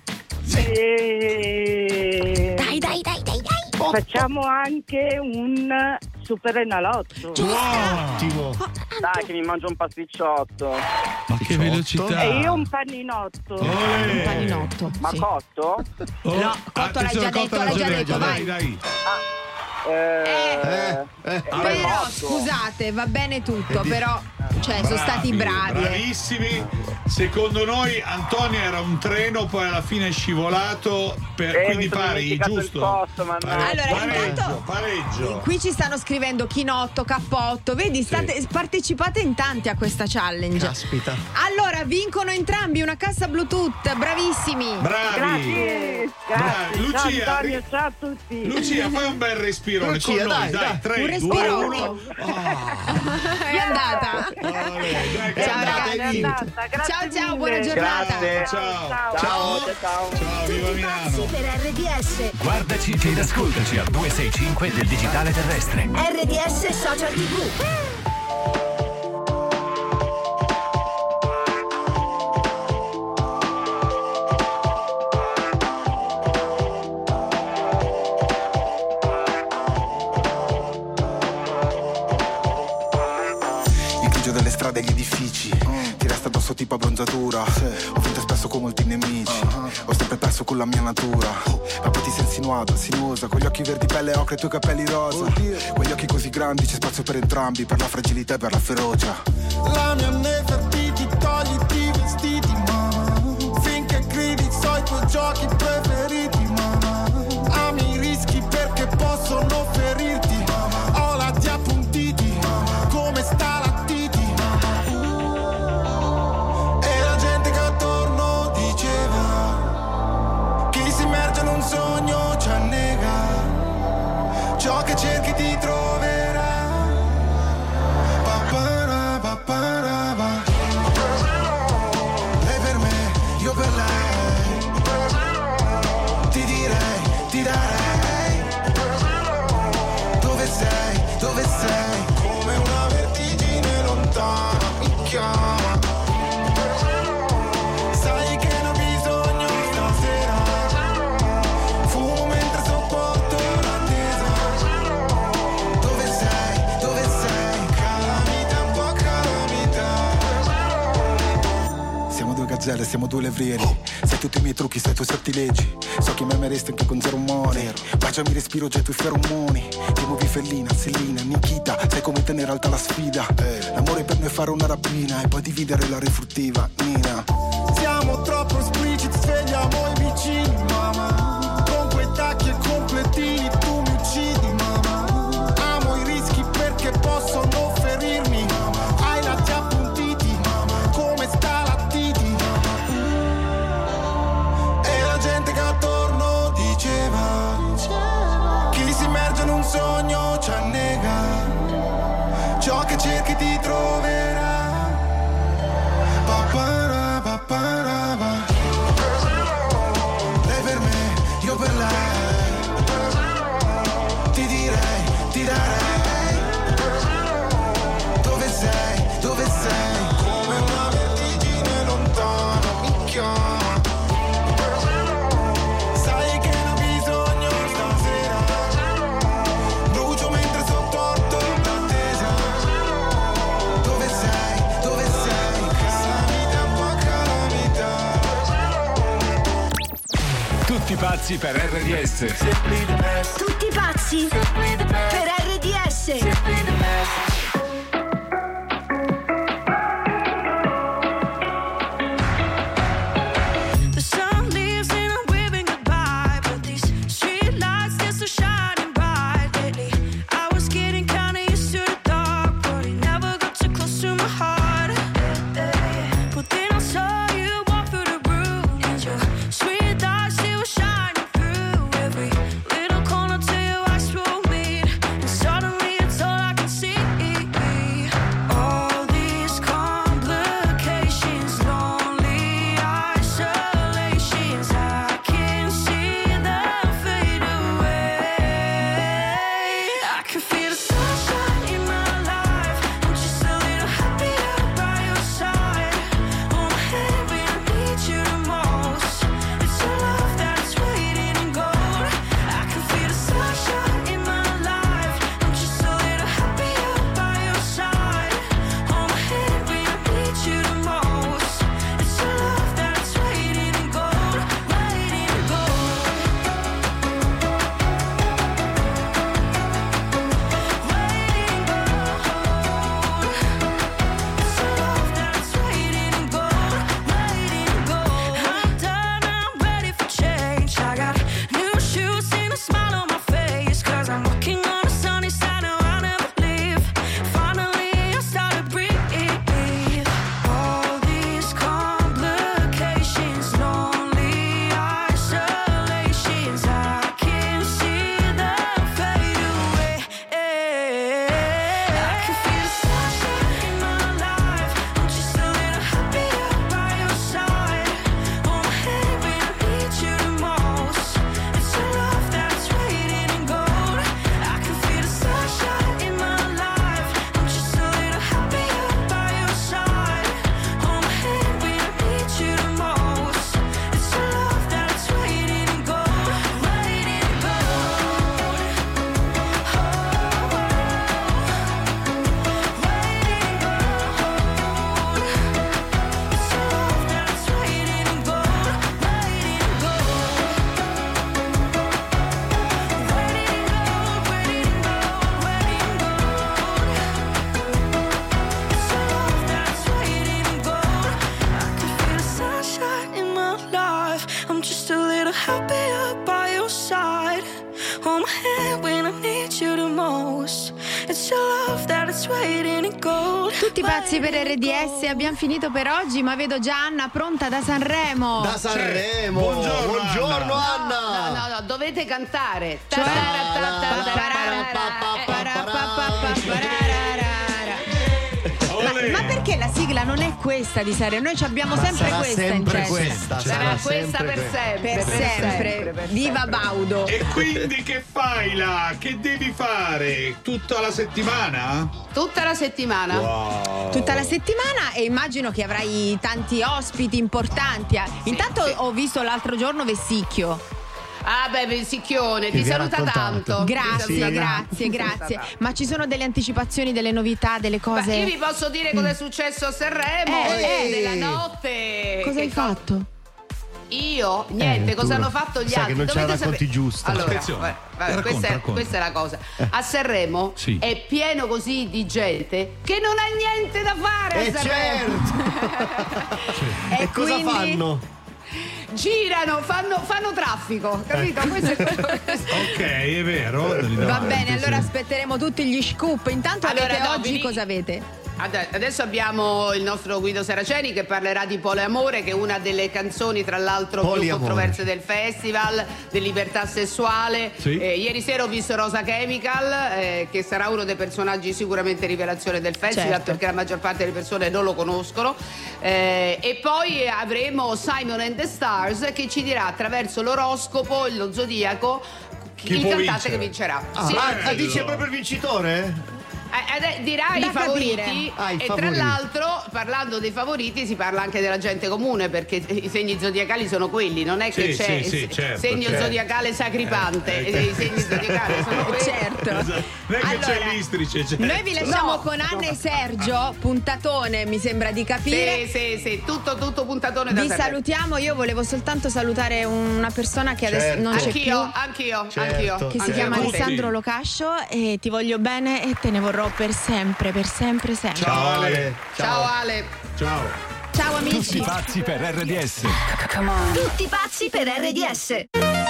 Speaker 19: E...
Speaker 2: Dai, dai, dai, dai, dai.
Speaker 19: Facciamo anche un super enalotto.
Speaker 3: Ottimo.
Speaker 8: Dai che mi mangio un pasticciotto.
Speaker 1: Ma che velocità.
Speaker 19: E io un paninotto.
Speaker 1: Ole.
Speaker 2: Un paninotto.
Speaker 8: Ma
Speaker 2: sì.
Speaker 8: cotto?
Speaker 1: Oh,
Speaker 2: No, cotto l'hai già
Speaker 1: attenzione,
Speaker 2: detto, l'hai già detto, vai.
Speaker 1: Dai, dai.
Speaker 8: Eh,
Speaker 3: Eh, eh.
Speaker 8: Ah,
Speaker 2: Però,
Speaker 8: cotto.
Speaker 2: scusate, va bene tutto,
Speaker 3: Vedi?
Speaker 2: però, cioè, sono
Speaker 1: Bravi,
Speaker 2: stati bravi. eh.
Speaker 1: Bravissimi. Secondo noi Antonio era un treno, poi alla fine è scivolato. Per,
Speaker 8: Eh,
Speaker 1: quindi
Speaker 8: mi sono
Speaker 1: pari,
Speaker 8: dimenticato il
Speaker 1: giusto?
Speaker 8: posto, mannaggia.
Speaker 2: Allora,
Speaker 1: pareggio,
Speaker 2: intanto-
Speaker 1: pareggio.
Speaker 2: Qui ci stanno scrivendo chinotto, cappotto, vedi, state, partecipate in tanti a questa challenge.
Speaker 3: Caspita.
Speaker 2: Allora, vincono entrambi una cassa Bluetooth, bravissimi.
Speaker 1: Bravi.
Speaker 19: Grazie,
Speaker 1: Bravi.
Speaker 19: grazie.
Speaker 1: Lucia,
Speaker 19: Ciao Antonio, ciao a tutti.
Speaker 1: Lucia, fai un bel respiro
Speaker 3: Lucia,
Speaker 1: con noi,
Speaker 3: dai,
Speaker 1: dai,
Speaker 3: dai.
Speaker 1: tre,
Speaker 2: Un
Speaker 1: due,
Speaker 2: respiro.
Speaker 1: uno.
Speaker 2: È andata.
Speaker 1: Dai, che
Speaker 2: Ciao,
Speaker 1: andate,
Speaker 2: ragazzi.
Speaker 19: È andata, grazie
Speaker 2: Ciao, ciao,
Speaker 19: mille.
Speaker 2: buona giornata.
Speaker 1: Ciao, ciao.
Speaker 19: Ciao.
Speaker 1: Ciao.
Speaker 8: Ciao.
Speaker 1: Ciao, viva Milano.
Speaker 14: Per R D S.
Speaker 4: Guardaci ed ascoltaci al duecentosessantacinque del digitale terrestre.
Speaker 14: R D S Social T V.
Speaker 20: Il grigio delle strade e gli edifici ti resta addosso tipo abbronzatura. Ho vinto spesso con molti nemici, ho sempre perso con la mia natura. Ma poi ti sei insinuata, sinuosa, con gli occhi verdi pelle ocre e i tuoi capelli rosa. Quegli occhi così grandi, c'è spazio per entrambi, per la fragilità e per la ferocia.
Speaker 9: La mia Nefertiti, togliti i vestiti, ma finché gridi so i tuoi giochi preferiti, ma ami i rischi perché possono ferirti. Ho la ti appuntiti, come sta la titi. E la gente che attorno diceva: chi si immerge in un sogno ci annega, ciò che cerchi ti troverà. Papara, papara, va. Lei per me, io per lei. Ti
Speaker 20: gazzelle, siamo due levrieri. Sai tutti i miei trucchi, sai i tuoi sortilegi. So che mi ameresti anche con zero money. Baciami, respiro già i tuoi feromoni. Ti muovi fellina, Selina, Nikita. Sai come tenere alta la sfida. L'amore per noi è fare una rapina e poi dividere la rifruttiva, Nina.
Speaker 9: Siamo troppo espliciti, svegliamo i vicini, mamma. Con quei tacchi e completini tu mi uccidi, mamma. Amo i rischi perché possono ferirmi, mamma. Hai lati appuntiti, mamma. Come sta la titi, mamma. E la gente che attorno diceva, chi si immerge in un sogno ci annega. Ciò che cerchi ti troverà. Papara, papara, pa. Lei per me, io per lei. Ti direi, ti darei. Dove sei, dove sei? Come una vertigine lontana mi chiama. Sai che ne ho bisogno stasera. Brucio mentre sottorto l'attesa. Dove sei, dove sei? Calamita, poi calamita.
Speaker 4: Tutti pazzi per R D S.
Speaker 14: Tutti pazzi per R D S.
Speaker 15: The sun leaves and I'm waving goodbye, but these street lights, they're so shining bright lately. I was getting kinda used to the dark, but it never got too close to my heart. But then I saw you walk through the room, and your sweet eyes, they were shining through every little corner till your eyes will meet, and suddenly it's all I can see. All these complications, lonely isolations, I can see them fade away. I can feel the sunshine in my life. I'm just a little happier by your side. Hold my hand when I need you the most. It's your love that's waiting in gold. I can feel the sunshine in my life. I'm just a little happier by your side. Hold my hand when I need you the most. It's your love that's waiting in gold, waiting in gold. I'm done, I'm ready for change. I got new shoes and a smile on my face, 'cause I'm walking on the sunny side now, I never leave. Finally I started breathe. All these complications, lonely isolations, I can see them fade away. I can feel the sunshine in my life. I'm just a little happier by your side. Hold my hand when I need you the most. It's your love that's waiting in gold. I can feel the sunshine in my life. I'm just a little happier by your side. Hold my hand when I need you the most. It's your love that's waiting in gold, waiting in sunshine in my life. I'm just a little happier by your side. Hold my hand when I need you the most. It's your love that is waiting in gold.
Speaker 2: Tutti pazzi per R D S, abbiamo finito per oggi, ma vedo già Anna pronta da Sanremo.
Speaker 3: Da Sanremo.
Speaker 1: Buongiorno,
Speaker 3: Buongiorno,
Speaker 1: Anna.
Speaker 3: Anna.
Speaker 5: No, no, no, dovete cantare.
Speaker 2: Cioè- Ma, ma perché la sigla non è questa di Sanremo? Noi ci abbiamo
Speaker 3: Ma
Speaker 2: sempre
Speaker 3: sarà
Speaker 2: questa
Speaker 3: sempre
Speaker 2: in genere.
Speaker 3: questa,
Speaker 5: Sarà
Speaker 3: sarà
Speaker 5: questa
Speaker 3: sempre
Speaker 5: per
Speaker 3: questa.
Speaker 5: sempre.
Speaker 2: Per sempre.
Speaker 5: per
Speaker 2: Viva
Speaker 5: sempre.
Speaker 2: Baudo.
Speaker 1: E quindi che fai là? Che devi fare? Tutta la settimana?
Speaker 5: Tutta la settimana.
Speaker 1: Wow.
Speaker 2: Tutta la settimana, e immagino che avrai tanti ospiti importanti. Intanto
Speaker 5: sì.
Speaker 2: ho visto l'altro giorno Vessicchio.
Speaker 5: Ah beh, Vesicchione,
Speaker 3: Che
Speaker 5: ti
Speaker 3: vi ha
Speaker 5: saluta
Speaker 3: raccontato.
Speaker 5: tanto.
Speaker 2: Grazie,
Speaker 5: Ti saluta
Speaker 2: grazie,
Speaker 5: tanto.
Speaker 2: grazie. Ma ci sono delle anticipazioni, delle novità, delle cose?
Speaker 5: Beh, io vi posso dire cosa è successo a Sanremo
Speaker 2: Eh, eh.
Speaker 5: della notte.
Speaker 2: Cosa
Speaker 5: Che
Speaker 2: hai
Speaker 5: co-
Speaker 2: fatto?
Speaker 5: Io? Niente,
Speaker 3: Eh,
Speaker 5: cosa
Speaker 3: Arturo.
Speaker 5: hanno fatto gli
Speaker 3: Sa
Speaker 5: altri?
Speaker 3: che non ce la
Speaker 5: Dovete
Speaker 3: racconti
Speaker 5: sapere-
Speaker 3: giusta.
Speaker 5: Allora,
Speaker 1: Attenzione.
Speaker 5: vabbè, vabbè,
Speaker 1: Racconta,
Speaker 5: questa, è,
Speaker 1: racconta.
Speaker 5: questa è la cosa. A Sanremo
Speaker 1: Sì.
Speaker 5: è pieno così di gente che non ha niente da fare
Speaker 3: Eh,
Speaker 5: a Sanremo.
Speaker 3: E cosa
Speaker 2: quindi-
Speaker 3: fanno?
Speaker 5: Girano, fanno, fanno traffico, capito? Questo è quello che-
Speaker 1: Ok, è vero.
Speaker 2: Va bene, allora aspetteremo tutti gli scoop. Intanto
Speaker 5: Allora,
Speaker 2: avete
Speaker 5: no,
Speaker 2: oggi
Speaker 5: vi-
Speaker 2: cosa avete?
Speaker 5: Ade- Adesso abbiamo il nostro Guido Saraceni che parlerà di Poliamore, che è una delle canzoni tra l'altro più
Speaker 3: Poliamore.
Speaker 5: controverse del festival, di libertà sessuale.
Speaker 1: Sì.
Speaker 5: Eh, ieri sera ho visto Rosa Chemical, eh, che sarà uno dei personaggi sicuramente rivelazione del festival,
Speaker 2: Certo.
Speaker 5: perché la maggior parte delle persone non lo conoscono. Eh, e poi avremo Simon and the Stars che ci dirà attraverso l'oroscopo, lo zodiaco,
Speaker 1: Chi
Speaker 5: il
Speaker 1: può
Speaker 5: cantante
Speaker 1: vincere?
Speaker 5: che vincerà.
Speaker 3: Ah,
Speaker 5: Sì.
Speaker 3: ah, ah, dice proprio il vincitore?
Speaker 5: Eh, eh, dirà
Speaker 2: Da
Speaker 5: i favoriti
Speaker 2: capire.
Speaker 3: Ah, i
Speaker 5: e
Speaker 3: favoriti.
Speaker 5: tra l'altro parlando dei favoriti si parla anche della gente comune, perché i segni zodiacali sono quelli, non è che
Speaker 1: Sì,
Speaker 5: c'è
Speaker 1: sì, sì,
Speaker 5: il
Speaker 1: certo,
Speaker 5: segno
Speaker 1: certo.
Speaker 5: zodiacale sacripante,
Speaker 1: Eh, eh,
Speaker 5: i segni zodiacali sono quelli.
Speaker 2: Certo.
Speaker 1: Esatto. Non è che c'è
Speaker 2: Allora,
Speaker 1: l'istrice, certo.
Speaker 2: Noi vi lasciamo
Speaker 5: No.
Speaker 2: con Anna e Sergio, puntatone mi sembra di capire.
Speaker 5: Sì, sì, sì, tutto, tutto puntatone da
Speaker 2: Vi
Speaker 5: Sanremo.
Speaker 2: salutiamo, io volevo soltanto salutare una persona che adesso
Speaker 3: Certo.
Speaker 2: non c'è più,
Speaker 5: Anch'io, anch'io,
Speaker 3: Certo.
Speaker 5: anch'io.
Speaker 2: che si
Speaker 5: anch'io
Speaker 2: chiama
Speaker 5: con te.
Speaker 2: Alessandro Locascio, e ti voglio bene e te ne vorrò per sempre, per sempre, sempre.
Speaker 1: Ciao Ale.
Speaker 5: Ciao Ale.
Speaker 1: Ciao.
Speaker 2: Ciao amici.
Speaker 4: Tutti pazzi per R D S.
Speaker 14: Tutti pazzi per R D S.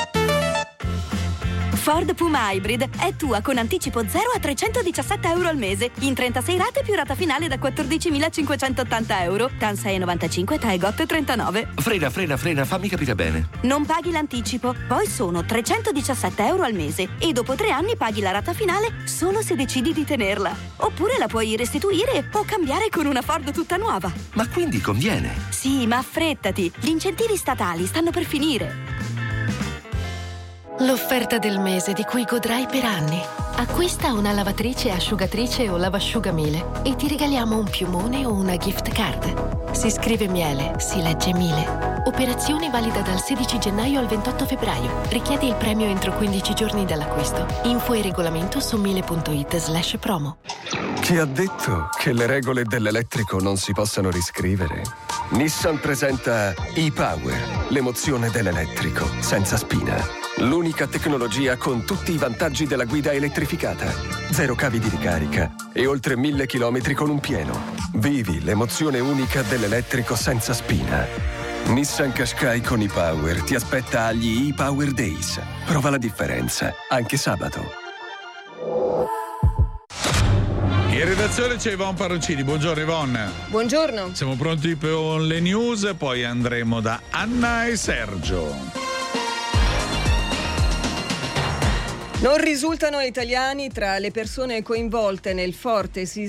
Speaker 6: Ford Puma Hybrid è tua con anticipo zero a trecentodiciassette euro al mese, in trentasei rate più rata finale da quattordicimilacinquecentottanta euro, T A N sei virgola novantacinque, T A E G O T trentanove.
Speaker 10: Frena, frena, frena, fammi capire bene.
Speaker 6: Non paghi l'anticipo, poi sono trecentodiciassette euro al mese e dopo tre anni paghi la rata finale solo se decidi di tenerla. Oppure la puoi restituire o cambiare con una Ford tutta nuova.
Speaker 10: Ma quindi conviene.
Speaker 6: Sì, ma affrettati, gli incentivi statali stanno per finire.
Speaker 11: L'offerta del mese di cui godrai per anni. Acquista una lavatrice, asciugatrice o lavasciugamile e ti regaliamo un piumone o una gift card. Si scrive miele, si legge Miele. Operazione valida dal sedici gennaio al ventotto febbraio. Richiede il premio entro quindici giorni dall'acquisto. Info e regolamento su miele.it slash promo.
Speaker 21: Chi ha detto che le regole dell'elettrico non si possano riscrivere? Nissan presenta e-Power, l'emozione dell'elettrico, senza spina. L'unica tecnologia con tutti i vantaggi della guida elettrificata. Zero cavi di ricarica e oltre mille chilometri con un pieno. Vivi l'emozione unica dell'elettrico senza spina. Nissan Qashqai con e-Power ti aspetta agli e-Power Days. Prova la differenza, anche sabato.
Speaker 1: In redazione c'è Yvonne Paroncini. Buongiorno Yvonne.
Speaker 22: Buongiorno.
Speaker 1: Siamo pronti per le news, poi andremo da Anna e Sergio.
Speaker 22: Non risultano italiani tra le persone coinvolte nel forte sisma